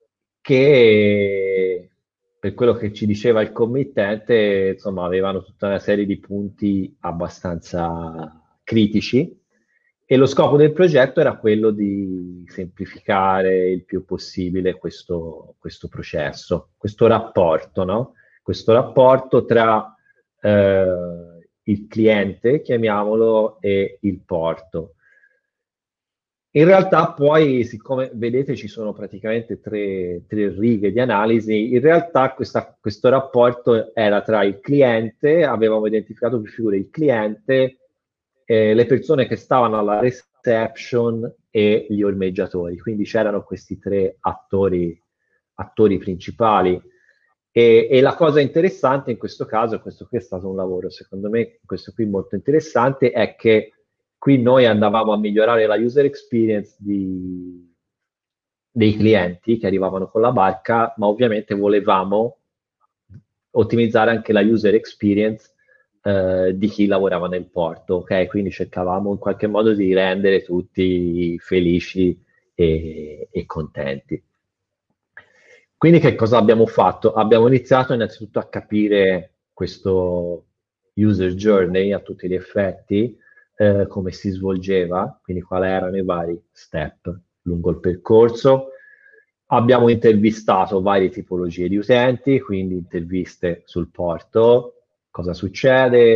che, per quello che ci diceva il committente, insomma, avevano tutta una serie di punti abbastanza critici, e lo scopo del progetto era quello di semplificare il più possibile questo, questo processo, questo rapporto, no? Questo rapporto tra eh, il cliente, chiamiamolo, e il porto. In realtà poi, siccome vedete ci sono praticamente tre, tre righe di analisi, in realtà questa- questo rapporto era tra il cliente, avevamo identificato più figure: il cliente, eh, le persone che stavano alla reception e gli ormeggiatori. Quindi c'erano questi tre attori, attori principali. E, e la cosa interessante in questo caso, e questo qui è stato un lavoro secondo me, questo qui molto interessante, è che qui noi andavamo a migliorare la user experience di- dei clienti che arrivavano con la barca, ma ovviamente volevamo ottimizzare anche la user experience eh, di chi lavorava nel porto, ok? Quindi cercavamo in qualche modo di rendere tutti felici e, e contenti. Quindi che cosa abbiamo fatto? Abbiamo iniziato innanzitutto a capire questo user journey a tutti gli effetti, eh, come si svolgeva, quindi quali erano i vari step lungo il percorso. Abbiamo intervistato varie tipologie di utenti, quindi interviste sul porto, cosa succede,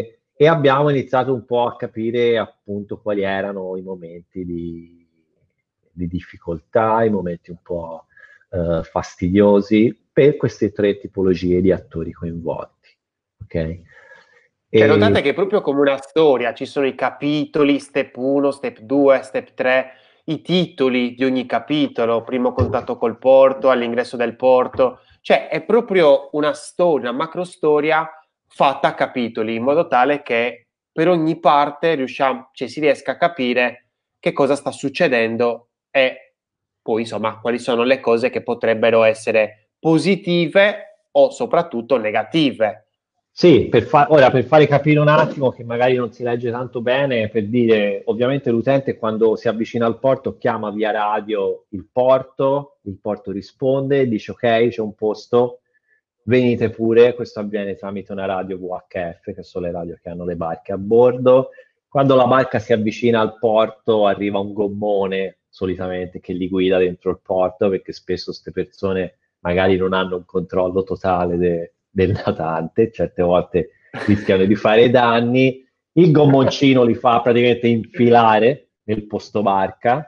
e abbiamo iniziato un po' a capire appunto quali erano i momenti di, di difficoltà, i momenti un po' eh, fastidiosi per queste tre tipologie di attori coinvolti. Ok? Cioè, E notate che è proprio come una storia, ci sono i capitoli, step uno, step due, step tre, i titoli di ogni capitolo, primo contatto col porto, all'ingresso del porto, cioè è proprio una storia, una macro storia fatta a capitoli, in modo tale che per ogni parte riusciamo, cioè, si riesca a capire che cosa sta succedendo e poi, insomma, quali sono le cose che potrebbero essere positive o soprattutto negative. Sì, per fa- ora per fare capire un attimo che magari non si legge tanto bene, per dire, ovviamente l'utente quando si avvicina al porto chiama via radio il porto, il porto risponde, dice ok, c'è un posto, venite pure, questo avviene tramite una radio V H F, che sono le radio che hanno le barche a bordo. Quando la barca si avvicina al porto arriva un gommone, solitamente, che li guida dentro il porto, perché spesso queste persone magari non hanno un controllo totale de- del natante, certe volte rischiano di fare danni. Il gommoncino li fa praticamente infilare nel posto barca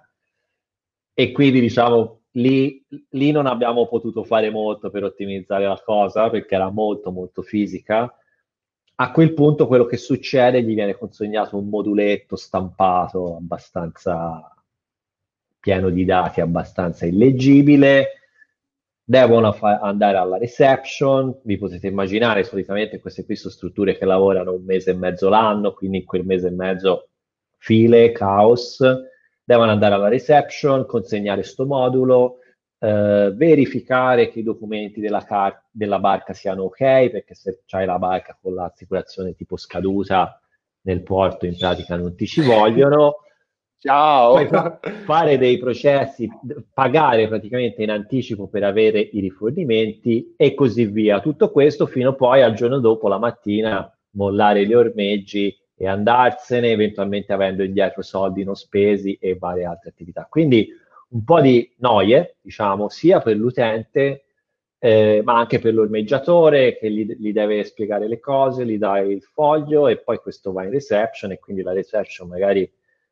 e quindi diciamo lì, lì non abbiamo potuto fare molto per ottimizzare la cosa perché era molto molto fisica. A quel punto quello che succede, gli viene consegnato un moduletto stampato abbastanza pieno di dati, abbastanza illeggibile, devono fa- andare alla reception, vi potete immaginare, solitamente queste qui sono strutture che lavorano un mese e mezzo l'anno, quindi in quel mese e mezzo file, caos, devono andare alla reception, consegnare sto modulo, eh, verificare che i documenti della, car- della barca siano ok, perché se c'hai la barca con l'assicurazione tipo scaduta nel porto in pratica non ti ci vogliono. Poi Ciao! fa- fare dei processi, pagare praticamente in anticipo per avere i rifornimenti e così via. Tutto questo fino poi al giorno dopo, la mattina, mollare gli ormeggi e andarsene, eventualmente avendo indietro soldi non spesi e varie altre attività. Quindi un po' di noie, diciamo, sia per l'utente, eh, ma anche per l'ormeggiatore che gli, gli deve spiegare le cose, gli dai il foglio e poi questo va in reception e quindi la reception magari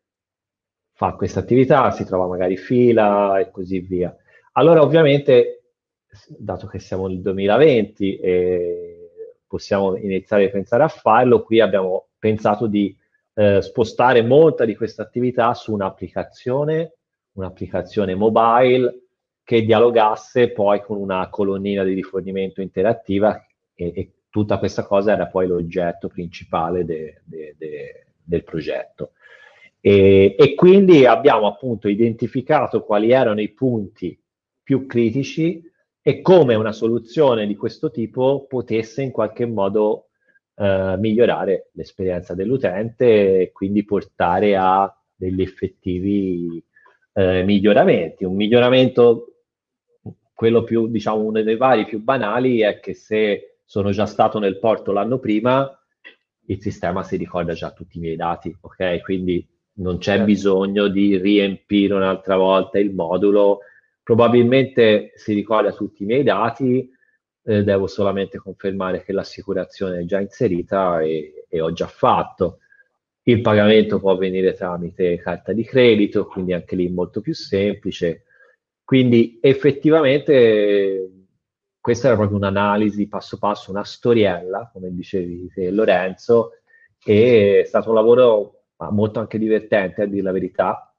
fa questa attività, si trova magari fila e così via. Allora, ovviamente, dato che siamo nel duemilaventi e possiamo iniziare a pensare a farlo, qui abbiamo pensato di eh, spostare molta di questa attività su un'applicazione, un'applicazione mobile che dialogasse poi con una colonnina di rifornimento interattiva e, e tutta questa cosa era poi l'oggetto principale de- de- de- del progetto. E, e quindi abbiamo appunto identificato quali erano i punti più critici e come una soluzione di questo tipo potesse in qualche modo eh, migliorare l'esperienza dell'utente e quindi portare a degli effettivi eh, miglioramenti. Un miglioramento, quello più, diciamo, uno dei vari più banali, è che se sono già stato nel porto l'anno prima, il sistema si ricorda già tutti i miei dati, ok? Quindi non c'è Certo. bisogno di riempire un'altra volta il modulo, probabilmente si ricorda tutti i miei dati, eh, devo solamente confermare che l'assicurazione è già inserita e, e ho già fatto. Il pagamento può avvenire tramite carta di credito, quindi anche lì molto più semplice. Quindi effettivamente questa era proprio un'analisi passo passo, una storiella, come dicevi te, Lorenzo, e è stato un lavoro ma, molto anche divertente, a dire la verità.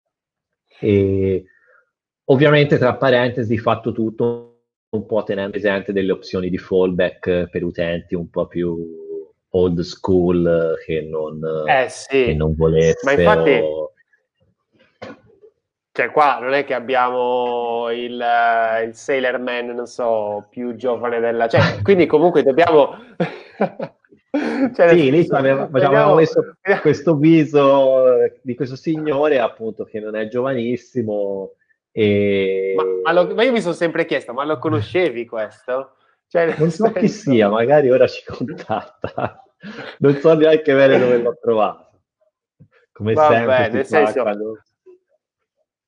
E ovviamente, tra parentesi, fatto tutto un po' tenendo presente delle opzioni di fallback per utenti un po' più old school eh, che non, Eh che sì, non ma infatti, volessero. cioè qua non è che abbiamo il, eh, il Sailor Man, non so, più giovane della... Cioè, quindi comunque dobbiamo... Cioè, nel Sì, lì senso, aveva- avevamo dobbiamo... messo questo viso eh, di questo signore, appunto, che non è giovanissimo Ma, ma lo- ma e io mi sono sempre chiesto, ma lo conoscevi questo? Cioè, nel non so chi senso... sia, magari ora ci contatta. Non so neanche bene dove l'ho trovato. Come sempre Vabbè, si nel fa senso... quando.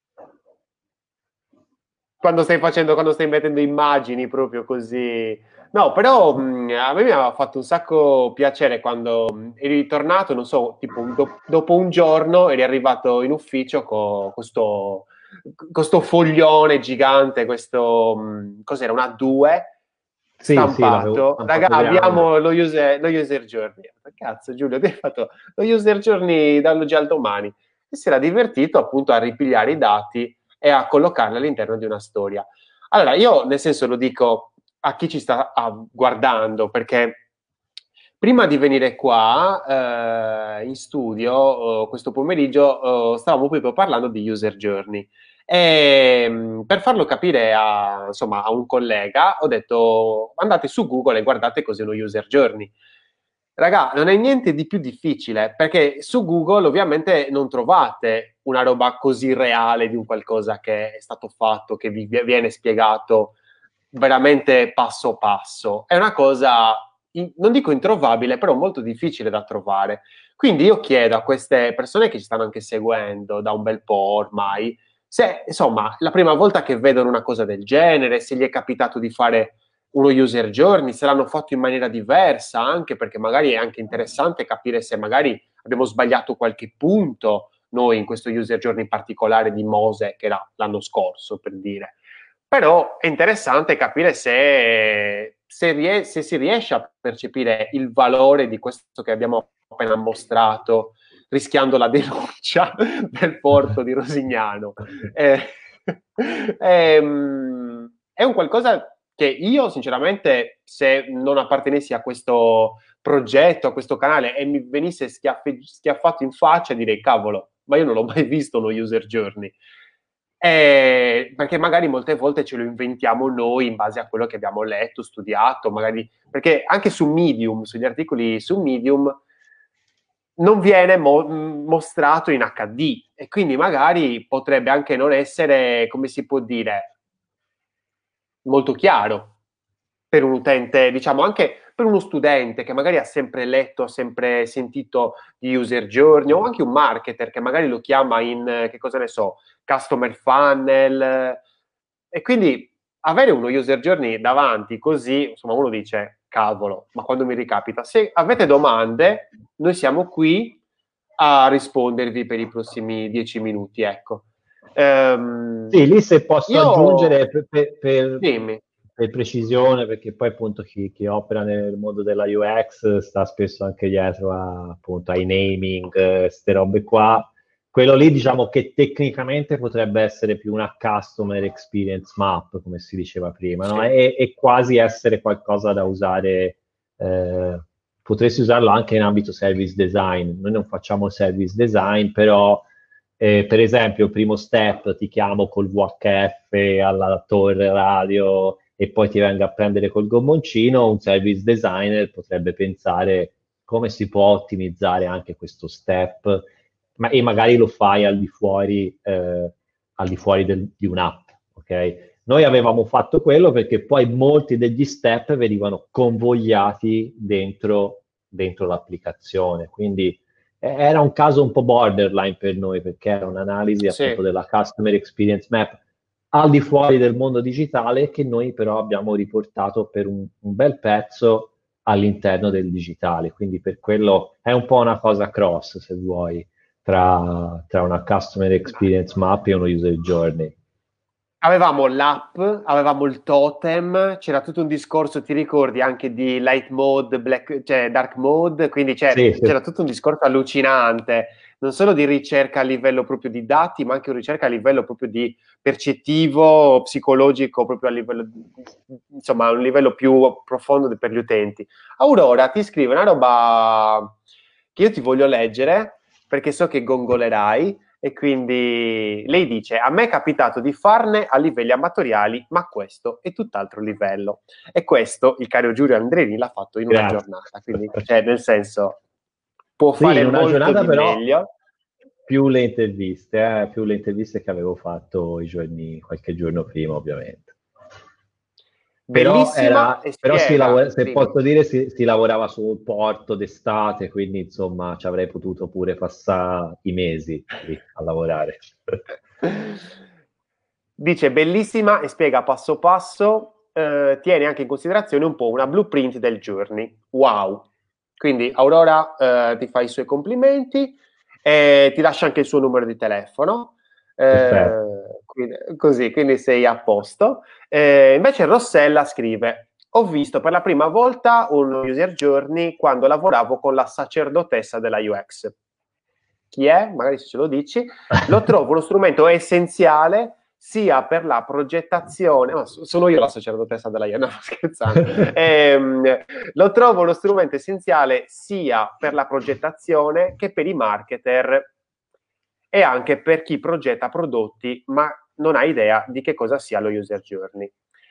Quando stai facendo, quando stai mettendo immagini proprio così No, però mh, a me mi aveva fatto un sacco piacere quando mh, eri ritornato, non so, tipo un- do- dopo un giorno eri arrivato in ufficio con questo, questo foglione gigante, questo, mh, cos'era, un A due Sì, sì, l'avevo stampato. Raga, stampato grande. abbiamo lo user, lo user journey. Ma cazzo, Giulio, ti hai fatto lo user journey dall'oggi al domani. E si era divertito appunto a ripigliare i dati e a collocarli all'interno di una storia. Allora, io nel senso lo dico a chi ci sta ah, guardando, perché prima di venire qua eh, in studio, eh, questo pomeriggio, eh, stavamo proprio parlando di user journey. E mh, per farlo capire a, insomma, a un collega, ho detto andate su Google e guardate cos'è uno user journey. Raga, non è niente di più difficile, perché su Google ovviamente non trovate una roba così reale di un qualcosa che è stato fatto, che vi viene spiegato veramente passo passo. È una cosa, in- non dico introvabile, però molto difficile da trovare. Quindi io chiedo a queste persone che ci stanno anche seguendo da un bel po' ormai, se insomma la prima volta che vedono una cosa del genere, se gli è capitato di fare uno user journey, se l'hanno fatto in maniera diversa, anche perché magari è anche interessante capire se magari abbiamo sbagliato qualche punto noi in questo user journey particolare di Mose, che era l'anno scorso, per dire. Però è interessante capire se, se, ries- se si riesce a percepire il valore di questo che abbiamo appena mostrato, rischiando la denuncia del porto di Rosignano. Eh, ehm, è un qualcosa che io, sinceramente, se non appartenessi a questo progetto, a questo canale e mi venisse schiaffe- schiaffato in faccia, direi cavolo, ma io non l'ho mai visto uno user journey. Eh, perché magari molte volte ce lo inventiamo noi in base a quello che abbiamo letto, studiato, magari perché anche su Medium, sugli articoli su Medium, non viene mo- mostrato in acca di e quindi magari potrebbe anche non essere, come si può dire, molto chiaro per un utente, diciamo anche per uno studente che magari ha sempre letto, ha sempre sentito di user journey o anche un marketer che magari lo chiama in, eh, che cosa ne so, customer funnel eh, e quindi avere uno user journey davanti così, insomma uno dice cavolo, ma quando mi ricapita? Se avete domande, noi siamo qui a rispondervi per i prossimi dieci minuti, ecco. Ehm, Sì, lì se posso io, aggiungere per, per- per- dimmi, per precisione, perché poi appunto chi, chi opera nel mondo della U X sta spesso anche dietro a, appunto, ai naming, queste robe qua. Quello lì diciamo che tecnicamente potrebbe essere più una customer experience map, come si diceva prima, no? sì, E, e quasi essere qualcosa da usare, eh, potresti usarlo anche in ambito service design. Noi non facciamo service design, però eh, per esempio, il primo step ti chiamo col V H F alla torre radio e poi ti vengo a prendere col gommoncino, un service designer potrebbe pensare come si può ottimizzare anche questo step, ma, e magari lo fai al di fuori, eh, al di fuori del- di un'app, ok? Noi avevamo fatto quello perché poi molti degli step venivano convogliati dentro, dentro l'applicazione, quindi era un caso un po' borderline per noi perché era un'analisi appunto sì. della Customer Experience Map al di fuori del mondo digitale che noi però abbiamo riportato per un, un bel pezzo all'interno del digitale. Quindi per quello è un po' una cosa cross, se vuoi, tra, tra una Customer Experience Map e uno User Journey. Avevamo l'app, avevamo il totem, c'era tutto un discorso, ti ricordi, anche di light mode, black, cioè dark mode, quindi c'è- Sì, sì. c'era tutto un discorso allucinante, non solo di ricerca a livello proprio di dati, ma anche una ricerca a livello proprio di percettivo, psicologico, proprio a livello, insomma, a un livello più profondo per gli utenti. Aurora ti scrive una roba che io ti voglio leggere, perché so che gongolerai, e quindi lei dice: a me è capitato di farne a livelli amatoriali, ma questo è tutt'altro livello. E questo il caro Giulio Andrini l'ha fatto in una Grazie. giornata, quindi cioè, nel senso può Sì, fare in una molto giornata di però meglio. più le interviste, eh, più le interviste che avevo fatto i giorni, qualche giorno prima, ovviamente. Però, Bellissima era, e però si spiega, lavora- se dimmi. posso dire, si, si lavorava sul porto d'estate, quindi insomma ci avrei potuto pure passare i mesi lì a lavorare. Dice bellissima e spiega passo passo eh, tiene anche in considerazione un po' una blueprint del journey. Wow! Quindi Aurora eh, ti fa i suoi complimenti e ti lascia anche il suo numero di telefono. Perfetto. Eh, quindi, così, quindi sei a posto. Eh, invece Rossella scrive: ho visto per la prima volta un user journey quando lavoravo con la sacerdotessa della U X. Chi è? Magari se ce lo dici. Lo trovo uno strumento essenziale sia per la progettazione, no, sono io la sacerdotessa della U X, no, scherzando. ehm, lo trovo uno strumento essenziale sia per la progettazione che per i marketer e anche per chi progetta prodotti ma non ha idea di che cosa sia lo user journey.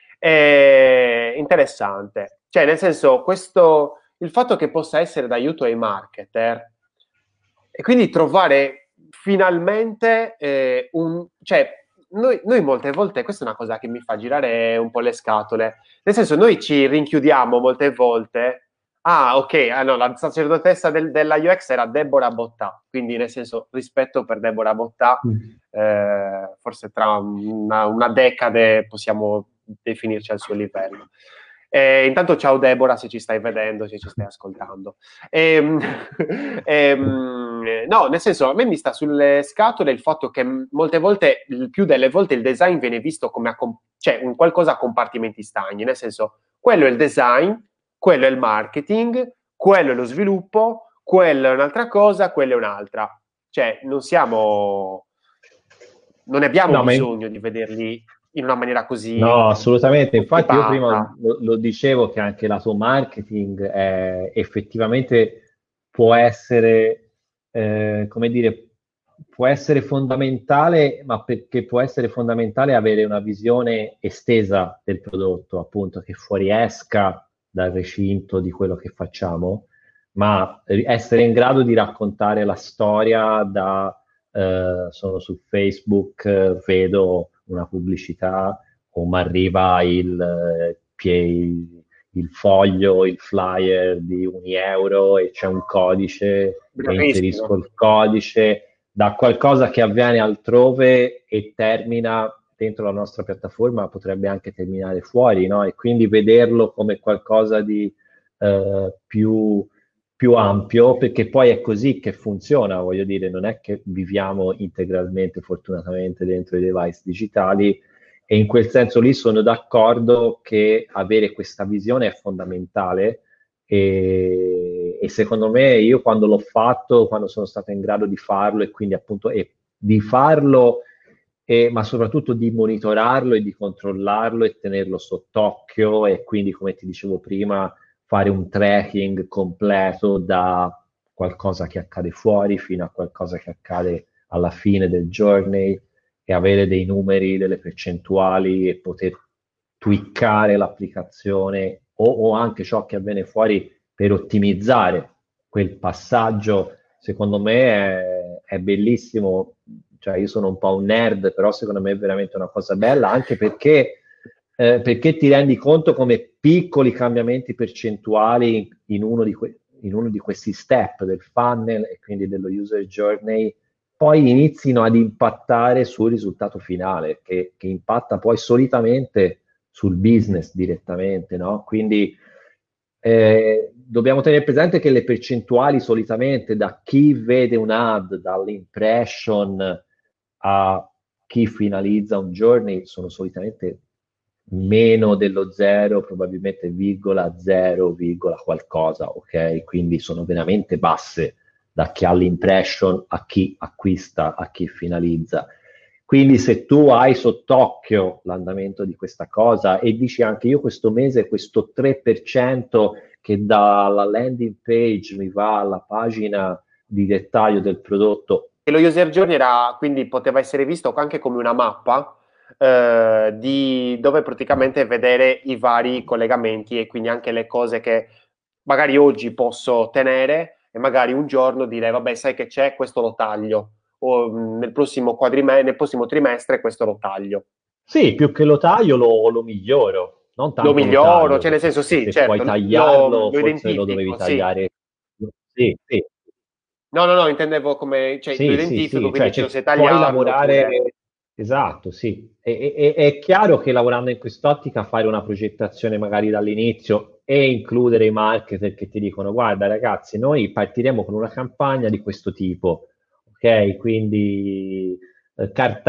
È interessante, cioè nel senso questo, il fatto che possa essere d'aiuto ai marketer e quindi trovare finalmente eh, un, cioè noi, noi molte volte, questa è una cosa che mi fa girare un po' le scatole, nel senso noi ci rinchiudiamo molte volte. Ah, ok, ah, no, la sacerdotessa del, della U X era Deborah Bottà, quindi nel senso rispetto per Deborah Bottà, eh, forse tra una, una decade possiamo definirci al suo livello. Eh, intanto ciao Deborah se ci stai vedendo, se ci stai ascoltando. Ehm, ehm, no, nel senso, a me mi sta sulle scatole il fatto che molte volte, il più delle volte, il design viene visto come a, cioè, un qualcosa a compartimenti stagni, nel senso, quello è il design, quello è il marketing, quello è lo sviluppo, quello è un'altra cosa, quello è un'altra. Cioè, non siamo, non abbiamo No, ma in- bisogno di vederli in una maniera così no, assolutamente. Infatti io prima occupata. lo, lo dicevo che anche lato marketing è, effettivamente può essere, eh, come dire, può essere fondamentale, ma perché può essere fondamentale avere una visione estesa del prodotto, appunto, che fuoriesca dal recinto di quello che facciamo, ma essere in grado di raccontare la storia da, eh, sono su Facebook, eh, vedo una pubblicità o mi arriva il, eh, pie- il foglio, il flyer di un euro e c'è un codice e inserisco Bravissimo. il codice da qualcosa che avviene altrove e termina dentro la nostra piattaforma, potrebbe anche terminare fuori, no? E quindi vederlo come qualcosa di eh, più, più ampio, perché poi è così che funziona, voglio dire, non è che viviamo integralmente, fortunatamente, dentro i device digitali, e in quel senso lì sono d'accordo che avere questa visione è fondamentale e, e secondo me io quando l'ho fatto, quando sono stato in grado di farlo e quindi appunto e di farlo, e, ma soprattutto di monitorarlo e di controllarlo e tenerlo sott'occhio e quindi come ti dicevo prima fare un tracking completo da qualcosa che accade fuori fino a qualcosa che accade alla fine del journey e avere dei numeri, delle percentuali e poter tweakare l'applicazione o, o anche ciò che avviene fuori per ottimizzare quel passaggio, secondo me è, è bellissimo. Cioè, io sono un po' un nerd, però secondo me è veramente una cosa bella, anche perché, eh, perché ti rendi conto come piccoli cambiamenti percentuali in uno di, que- in uno di questi step del funnel e quindi dello user journey poi inizino ad impattare sul risultato finale, che, che impatta poi solitamente sul business direttamente, no? Quindi eh, dobbiamo tenere presente che le percentuali solitamente da chi vede un ad, dall'impression a chi finalizza un journey sono solitamente meno dello zero, probabilmente virgola zero, virgola qualcosa, ok? Quindi sono veramente basse da chi ha l'impression a chi acquista, a chi finalizza. Quindi se tu hai sott'occhio l'andamento di questa cosa e dici anche io questo mese questo tre per cento che dalla landing page mi va alla pagina di dettaglio del prodotto. E lo user journey era, quindi poteva essere visto anche come una mappa eh, di, dove praticamente vedere i vari collegamenti e quindi anche le cose che magari oggi posso tenere e magari un giorno dire vabbè sai che c'è, questo lo taglio o mh, nel prossimo quadrimestre, nel prossimo trimestre questo lo taglio. Sì, più che lo taglio lo, lo miglioro, non Lo tanto lo miglioro, taglio, cioè nel perché senso sì, se puoi certo, lo, tagliarlo lo forse lo dovevi identifico, sì. tagliare. Sì, sì, No, no, no, intendevo come, cioè lo sì, sì, identifico, sì, cioè quindi dicevo se se puoi tagliarlo lavorare, oppure... Esatto, sì. E- e- è chiaro che lavorando in quest'ottica fare una progettazione magari dall'inizio e includere i marketer che ti dicono, guarda ragazzi, noi partiremo con una campagna di questo tipo, ok? Quindi eh,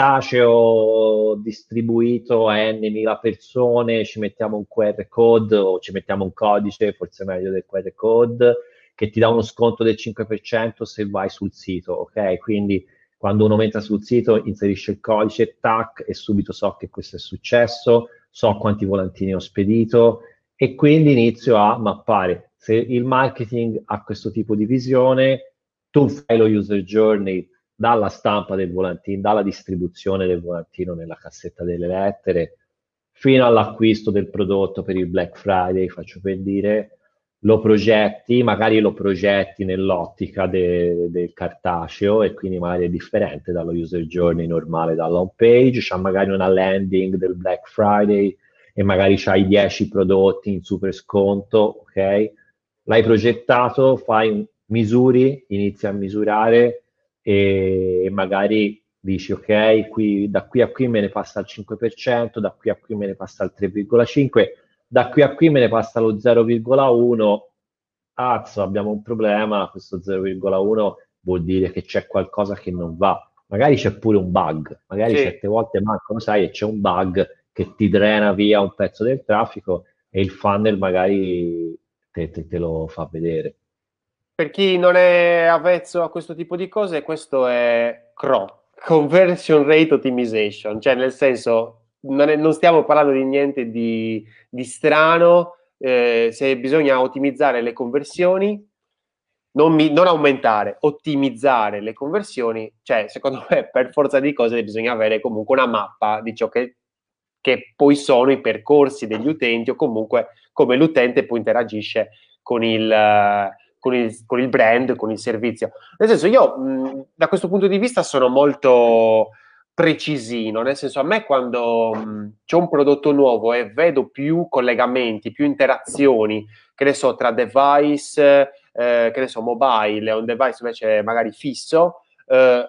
cartaceo distribuito a n mila persone, ci mettiamo un Q R code o ci mettiamo un codice, forse meglio del Q R code, che ti dà uno sconto del cinque per cento se vai sul sito, ok? Quindi quando uno entra sul sito, inserisce il codice, tac, e subito so che questo è successo, so quanti volantini ho spedito e quindi inizio a mappare. Se il marketing ha questo tipo di visione, tu fai lo user journey dalla stampa del volantino, dalla distribuzione del volantino nella cassetta delle lettere, fino all'acquisto del prodotto per il Black Friday, faccio per dire, lo progetti, magari lo progetti nell'ottica de- del cartaceo e quindi magari è differente dallo user journey normale dalla home page, c'ha magari una landing del Black Friday e magari c'hai dieci prodotti in super sconto, ok? L'hai progettato, fai un- misuri, inizi a misurare e, e magari dici ok, qui, da qui a qui me ne passa il cinque per cento, da qui a qui me ne passa il tre virgola cinque, da qui a qui me ne passa lo zero virgola uno, azzo, abbiamo un problema, questo zero virgola uno vuol dire che c'è qualcosa che non va, magari c'è pure un bug, magari Sì. certe volte mancano, sai, e c'è un bug che ti drena via un pezzo del traffico e il funnel magari te, te- te lo fa vedere. Per chi non è avvezzo a questo tipo di cose, questo è C R O, Conversion Rate Optimization, cioè nel senso non, è- non stiamo parlando di niente di, di strano, eh, se bisogna ottimizzare le conversioni, non, mi- non aumentare, ottimizzare le conversioni, cioè secondo me per forza di cose bisogna avere comunque una mappa di ciò che, che poi sono i percorsi degli utenti o comunque come l'utente poi interagisce con il, eh, con il, con il brand, con il servizio. Nel senso, io mh, da questo punto di vista sono molto precisino, nel senso a me quando mh, c'è un prodotto nuovo e vedo più collegamenti, più interazioni, che ne so, tra device, eh, che ne so, mobile e un device invece magari fisso, eh,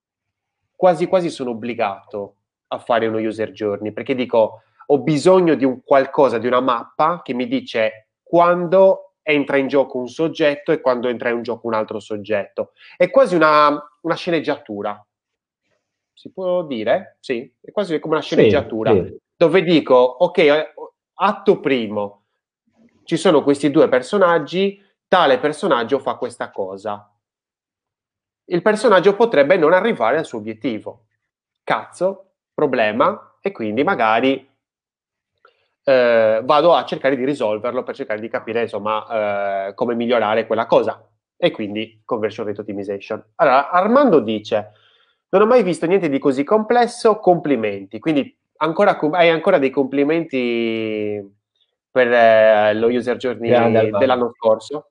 quasi quasi sono obbligato a fare uno user journey, perché dico, ho bisogno di un qualcosa, di una mappa che mi dice quando entra in gioco un soggetto e quando entra in gioco un altro soggetto. È quasi una, una sceneggiatura, si può dire? Sì, è quasi come una Sì, sceneggiatura, sì, dove dico, ok, eh, atto primo, ci sono questi due personaggi, tale personaggio fa questa cosa. Il personaggio potrebbe non arrivare al suo obiettivo. Cazzo, problema, e quindi magari eh, vado a cercare di risolverlo per cercare di capire insomma eh, come migliorare quella cosa. E quindi conversion rate optimization. Allora, Armando dice: Non ho mai visto niente di così complesso, complimenti. Quindi ancora, hai ancora dei complimenti per eh, lo user grande journey Armando. dell'anno scorso?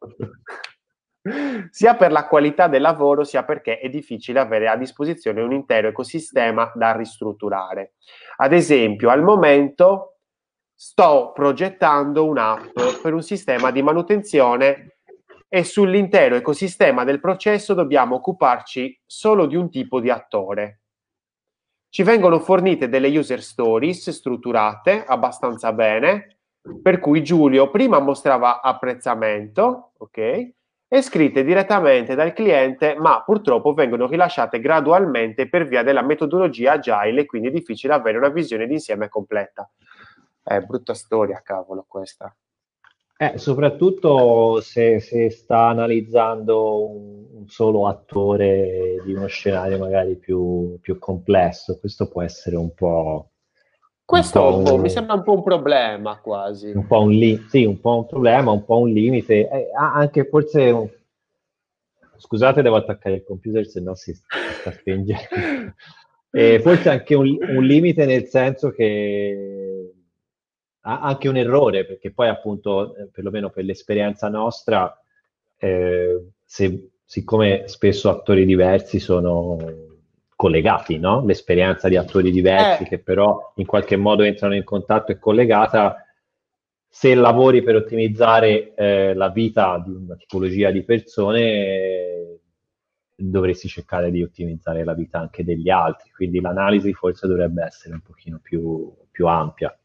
Sia per la qualità del lavoro, sia perché è difficile avere a disposizione un intero ecosistema da ristrutturare. Ad esempio, al momento sto progettando un'app per un sistema di manutenzione e sull'intero ecosistema del processo dobbiamo occuparci solo di un tipo di attore. Ci vengono fornite delle user stories strutturate abbastanza bene, per cui Giulio prima mostrava apprezzamento, ok? E scritte direttamente dal cliente, ma purtroppo vengono rilasciate gradualmente per via della metodologia agile e quindi è difficile avere una visione d'insieme completa. È brutta storia, cavolo, questa. Eh, soprattutto se, se sta analizzando un, un solo attore di uno scenario magari più, più complesso, questo può essere un po', un po' Questo boh, mi un, sembra un po' un problema quasi. un po' un li- sì, un po' un problema, un po' un limite, eh, ah, anche forse, un- scusate, devo attaccare il computer, se no si, si sta spengendo. E forse anche un, un limite nel senso che ha anche un errore, perché poi appunto, eh, perlomeno per l'esperienza nostra, eh, se- siccome spesso attori diversi sono collegati, no? L'esperienza di attori diversi Eh, che però in qualche modo entrano in contatto è collegata. Se lavori per ottimizzare eh, la vita di una tipologia di persone, eh, dovresti cercare di ottimizzare la vita anche degli altri, quindi l'analisi forse dovrebbe essere un pochino più, più ampia.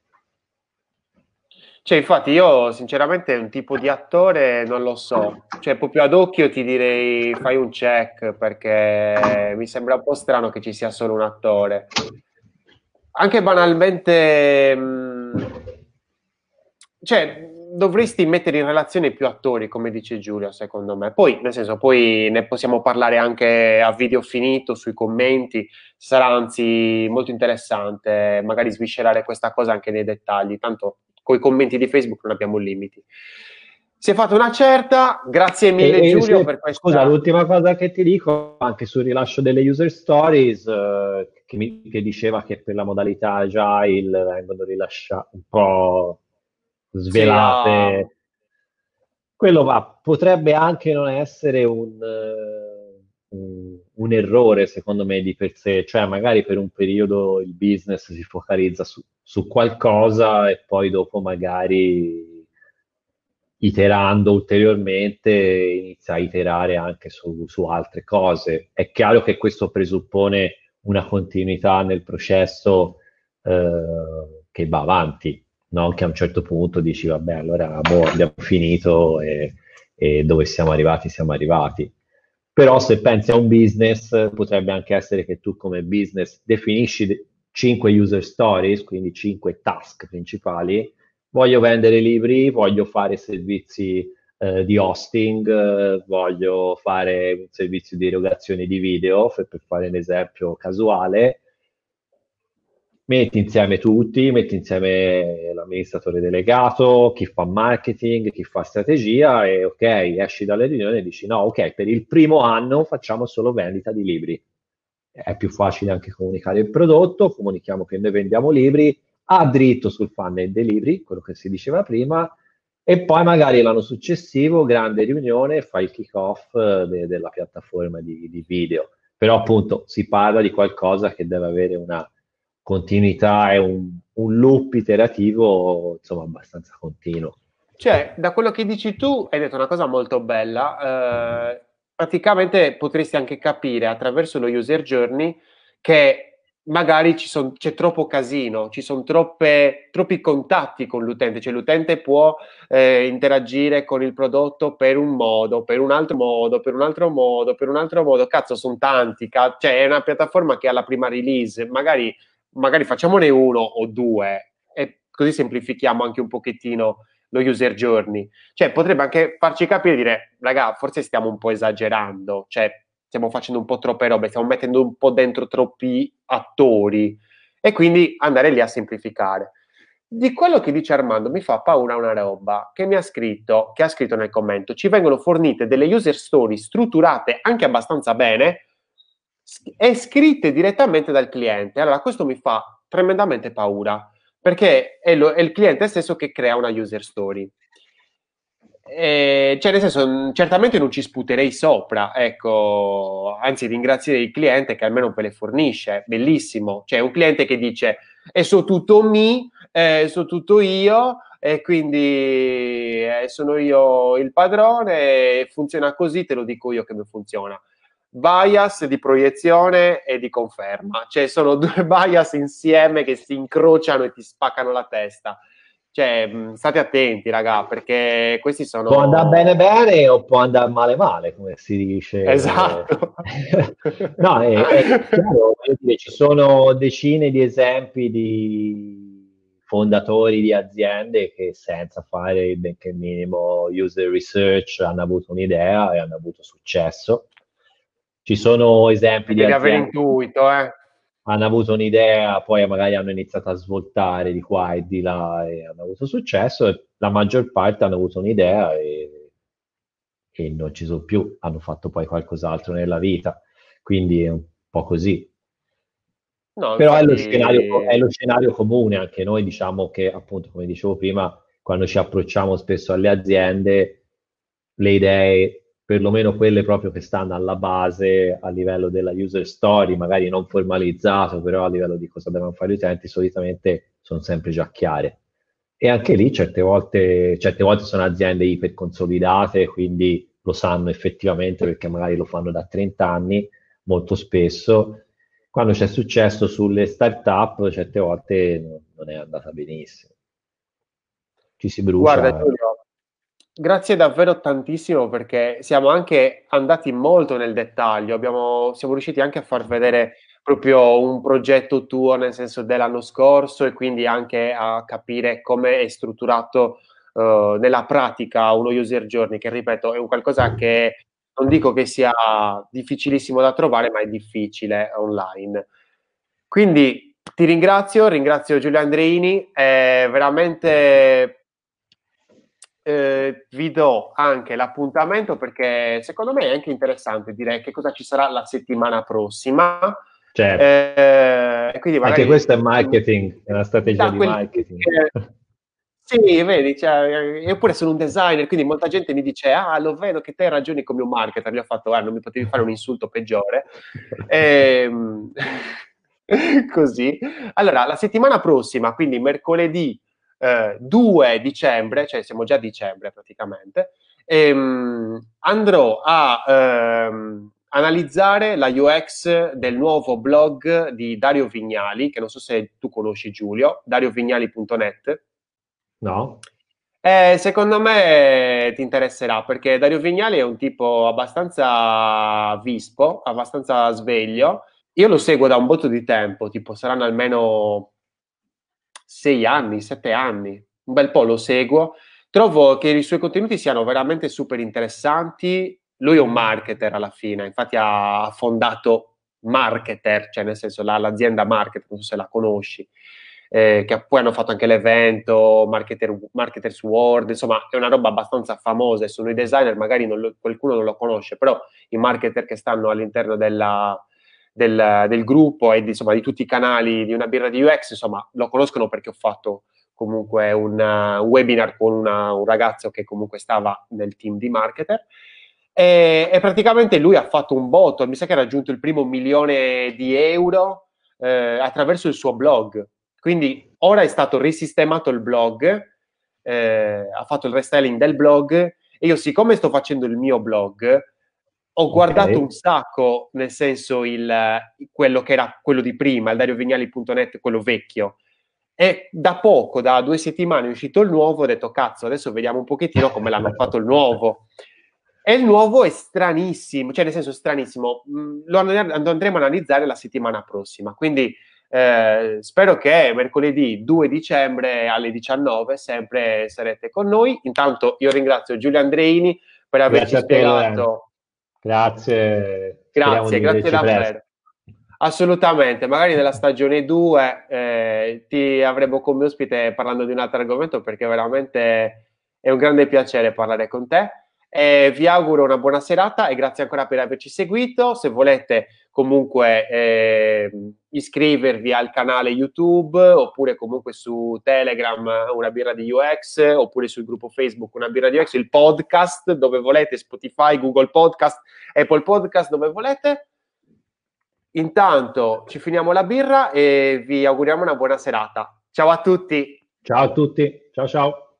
Cioè, infatti, io sinceramente un tipo di attore non lo so. Cioè, proprio ad occhio ti direi fai un check perché mi sembra un po' strano che ci sia solo un attore. Anche banalmente, mh, cioè, dovresti mettere in relazione più attori, come dice Giulio, secondo me. Poi, nel senso, poi ne possiamo parlare anche a video finito sui commenti. Sarà anzi molto interessante, magari sviscerare questa cosa anche nei dettagli. Tanto con i commenti di Facebook non abbiamo limiti. Si è fatta una certa, grazie E, mille e Giulio se- per scusa, questa. l'ultima cosa che ti dico, anche sul rilascio delle user stories, eh, che, mi- che diceva che per la modalità agile vengono rilasciate un po' Sì, ah, svelate. Quello va, potrebbe anche non essere un, eh, un- un errore, secondo me, di per sé, cioè magari per un periodo il business si focalizza su, su qualcosa e poi dopo magari iterando ulteriormente inizia a iterare anche su, su altre cose. È chiaro che questo presuppone una continuità nel processo eh, che va avanti, non che a un certo punto dici, vabbè, allora boh, abbiamo finito e, e dove siamo arrivati, siamo arrivati. Però se pensi a un business, potrebbe anche essere che tu come business definisci cinque user stories, quindi cinque task principali. Voglio vendere libri, voglio fare servizi eh, di hosting, eh, voglio fare un servizio di erogazione di video, per, per fare un esempio casuale. Metti insieme tutti, metti insieme l'amministratore delegato, chi fa marketing, chi fa strategia e ok, esci dalle riunioni e dici no, ok, per il primo anno facciamo solo vendita di libri. È più facile anche comunicare il prodotto, comunichiamo che noi vendiamo libri, ha dritto sul funnel dei libri, quello che si diceva prima, e poi magari l'anno successivo, grande riunione, fai il kick-off eh, de- della piattaforma di, di video. Però appunto si parla di qualcosa che deve avere una continuità e un, un loop iterativo, insomma, abbastanza continuo. cioè, da quello che dici tu, hai detto una cosa molto bella. Eh, praticamente potresti anche capire attraverso lo user journey che magari ci son- c'è troppo casino, ci sono troppe- troppi contatti con l'utente, cioè l'utente può eh, interagire con il prodotto per un modo, per un altro modo, per un altro modo, per un altro modo. Cazzo, sono tanti, ca- cioè è una piattaforma che ha la prima release, magari, magari facciamone uno o due e così semplifichiamo anche un pochettino lo user journey. Cioè, potrebbe anche farci capire e dire, raga, forse stiamo un po' esagerando, cioè stiamo facendo un po' troppe robe, stiamo mettendo un po' dentro troppi attori e quindi andare lì a semplificare. Di quello che dice Armando mi fa paura una roba che mi ha scritto, che ha scritto nel commento, ci vengono fornite delle user story strutturate anche abbastanza bene e scritte direttamente dal cliente. Allora, questo mi fa tremendamente paura perché è, lo- è il cliente stesso che crea una user story. Eh, cioè, nel senso, mh, certamente non ci sputerei sopra, ecco, anzi ringrazierei il cliente che almeno me le fornisce, bellissimo. Cioè, un cliente che dice, è so tutto mi, eh, so tutto io, e quindi eh, sono io il padrone, e funziona così, te lo dico io che mi funziona. Bias di proiezione e di conferma, cioè sono due bias insieme che si incrociano e ti spaccano la testa. Cioè, mh, state attenti, raga, perché questi Può andare bene sono. bene o può andare male male, come si dice. Esatto. No, è, è chiaro, voglio dire, ci sono decine di esempi di fondatori di aziende che senza fare il benché minimo user research hanno avuto un'idea e hanno avuto successo. Ci sono esempi di Devi avere aziende intuito, eh. hanno avuto un'idea, poi magari hanno iniziato a svoltare di qua e di là e hanno avuto successo, e la maggior parte hanno avuto un'idea e, e non ci sono più, hanno fatto poi qualcos'altro nella vita, quindi è un po' così. No, Però è lo scenario, è infatti. lo scenario comune, anche noi diciamo che appunto, come dicevo prima, quando ci approcciamo spesso alle aziende, le idee, perlomeno quelle proprio che stanno alla base a livello della user story, magari non formalizzato, però a livello di cosa devono fare gli utenti, solitamente sono sempre già chiare. E anche lì certe volte, certe volte sono aziende iperconsolidate, quindi lo sanno effettivamente perché magari lo fanno da trenta anni, molto spesso. Quando c'è successo sulle start-up, certe volte non non è andata benissimo. Ci si Guarda brucia. Giulio, grazie davvero tantissimo perché siamo anche andati molto nel dettaglio, abbiamo, siamo riusciti anche a far vedere proprio un progetto tuo nel senso dell'anno scorso e quindi anche a capire come è strutturato eh, nella pratica uno user journey, che ripeto è un qualcosa che non dico che sia difficilissimo da trovare, ma è difficile online. Quindi ti ringrazio, ringrazio Giulio Andreini, è veramente eh, vi do anche l'appuntamento perché secondo me è anche interessante dire che cosa ci sarà la settimana prossima. Certo, Eh, quindi anche magari questo è marketing, è una strategia da di quel marketing. che- sì, vedi, cioè, io pure sono un designer, quindi molta gente mi dice: Ah, lo vedo che te ragioni come un marketer. Gli ho fatto, guarda, non mi potevi fare un insulto peggiore. Ehm, così. Allora, la settimana prossima, quindi mercoledì eh, due dicembre, cioè siamo già a dicembre praticamente, ehm, andrò a ehm, analizzare la U X del nuovo blog di Dario Vignali, che non so se tu conosci Giulio, dario vignali punto net. No? Eh, secondo me ti interesserà perché Dario Vignali è un tipo abbastanza vispo, abbastanza sveglio. Io lo seguo da un botto di tempo, tipo saranno almeno sei anni, sette anni, un bel po' lo seguo. Trovo che i suoi contenuti siano veramente super interessanti. Lui è un marketer alla fine, infatti ha fondato Marketer, cioè nel senso la- l'azienda Marketer, non so se la conosci, eh, che poi hanno fatto anche l'evento Marketer, Marketers World, insomma è una roba abbastanza famosa e sono i designer, magari non lo- qualcuno non lo conosce, però i marketer che stanno all'interno della, del, del gruppo e di, insomma, di tutti i canali di una birra di U X, insomma, lo conoscono perché ho fatto comunque un, uh, webinar con una, un ragazzo che comunque stava nel team di marketer e, e praticamente lui ha fatto un botto, mi sa che ha raggiunto il primo milione di euro eh, attraverso il suo blog. Quindi ora è stato risistemato il blog, eh, ha fatto il restyling del blog e io siccome sto facendo il mio blog ho Ok. guardato un sacco, nel senso il, quello che era quello di prima, il dario vignali punto net, quello vecchio. E da poco, da due settimane, è uscito il nuovo, ho detto cazzo, adesso vediamo un pochettino come l'hanno fatto il nuovo. E il nuovo è stranissimo, cioè nel senso stranissimo, mm, lo andremo a analizzare la settimana prossima, quindi eh, spero che mercoledì due dicembre alle diciannove sempre sarete con noi. Intanto io ringrazio Giulio Andreini per averci Grazie a te, Lorenzo. spiegato. Grazie, speriamo di Grazie, grazie vederci presto. davvero. Assolutamente, magari nella stagione due eh, ti avremo come ospite parlando di un altro argomento perché veramente è un grande piacere parlare con te. E vi auguro una buona serata e grazie ancora per averci seguito. Se volete comunque eh, iscrivervi al canale YouTube oppure comunque su Telegram Una birra di U X oppure sul gruppo Facebook Una birra di U X, il podcast dove volete, Spotify, Google Podcast, Apple Podcast dove volete. Intanto ci finiamo la birra e vi auguriamo una buona serata. Ciao a tutti! Ciao a tutti, ciao ciao.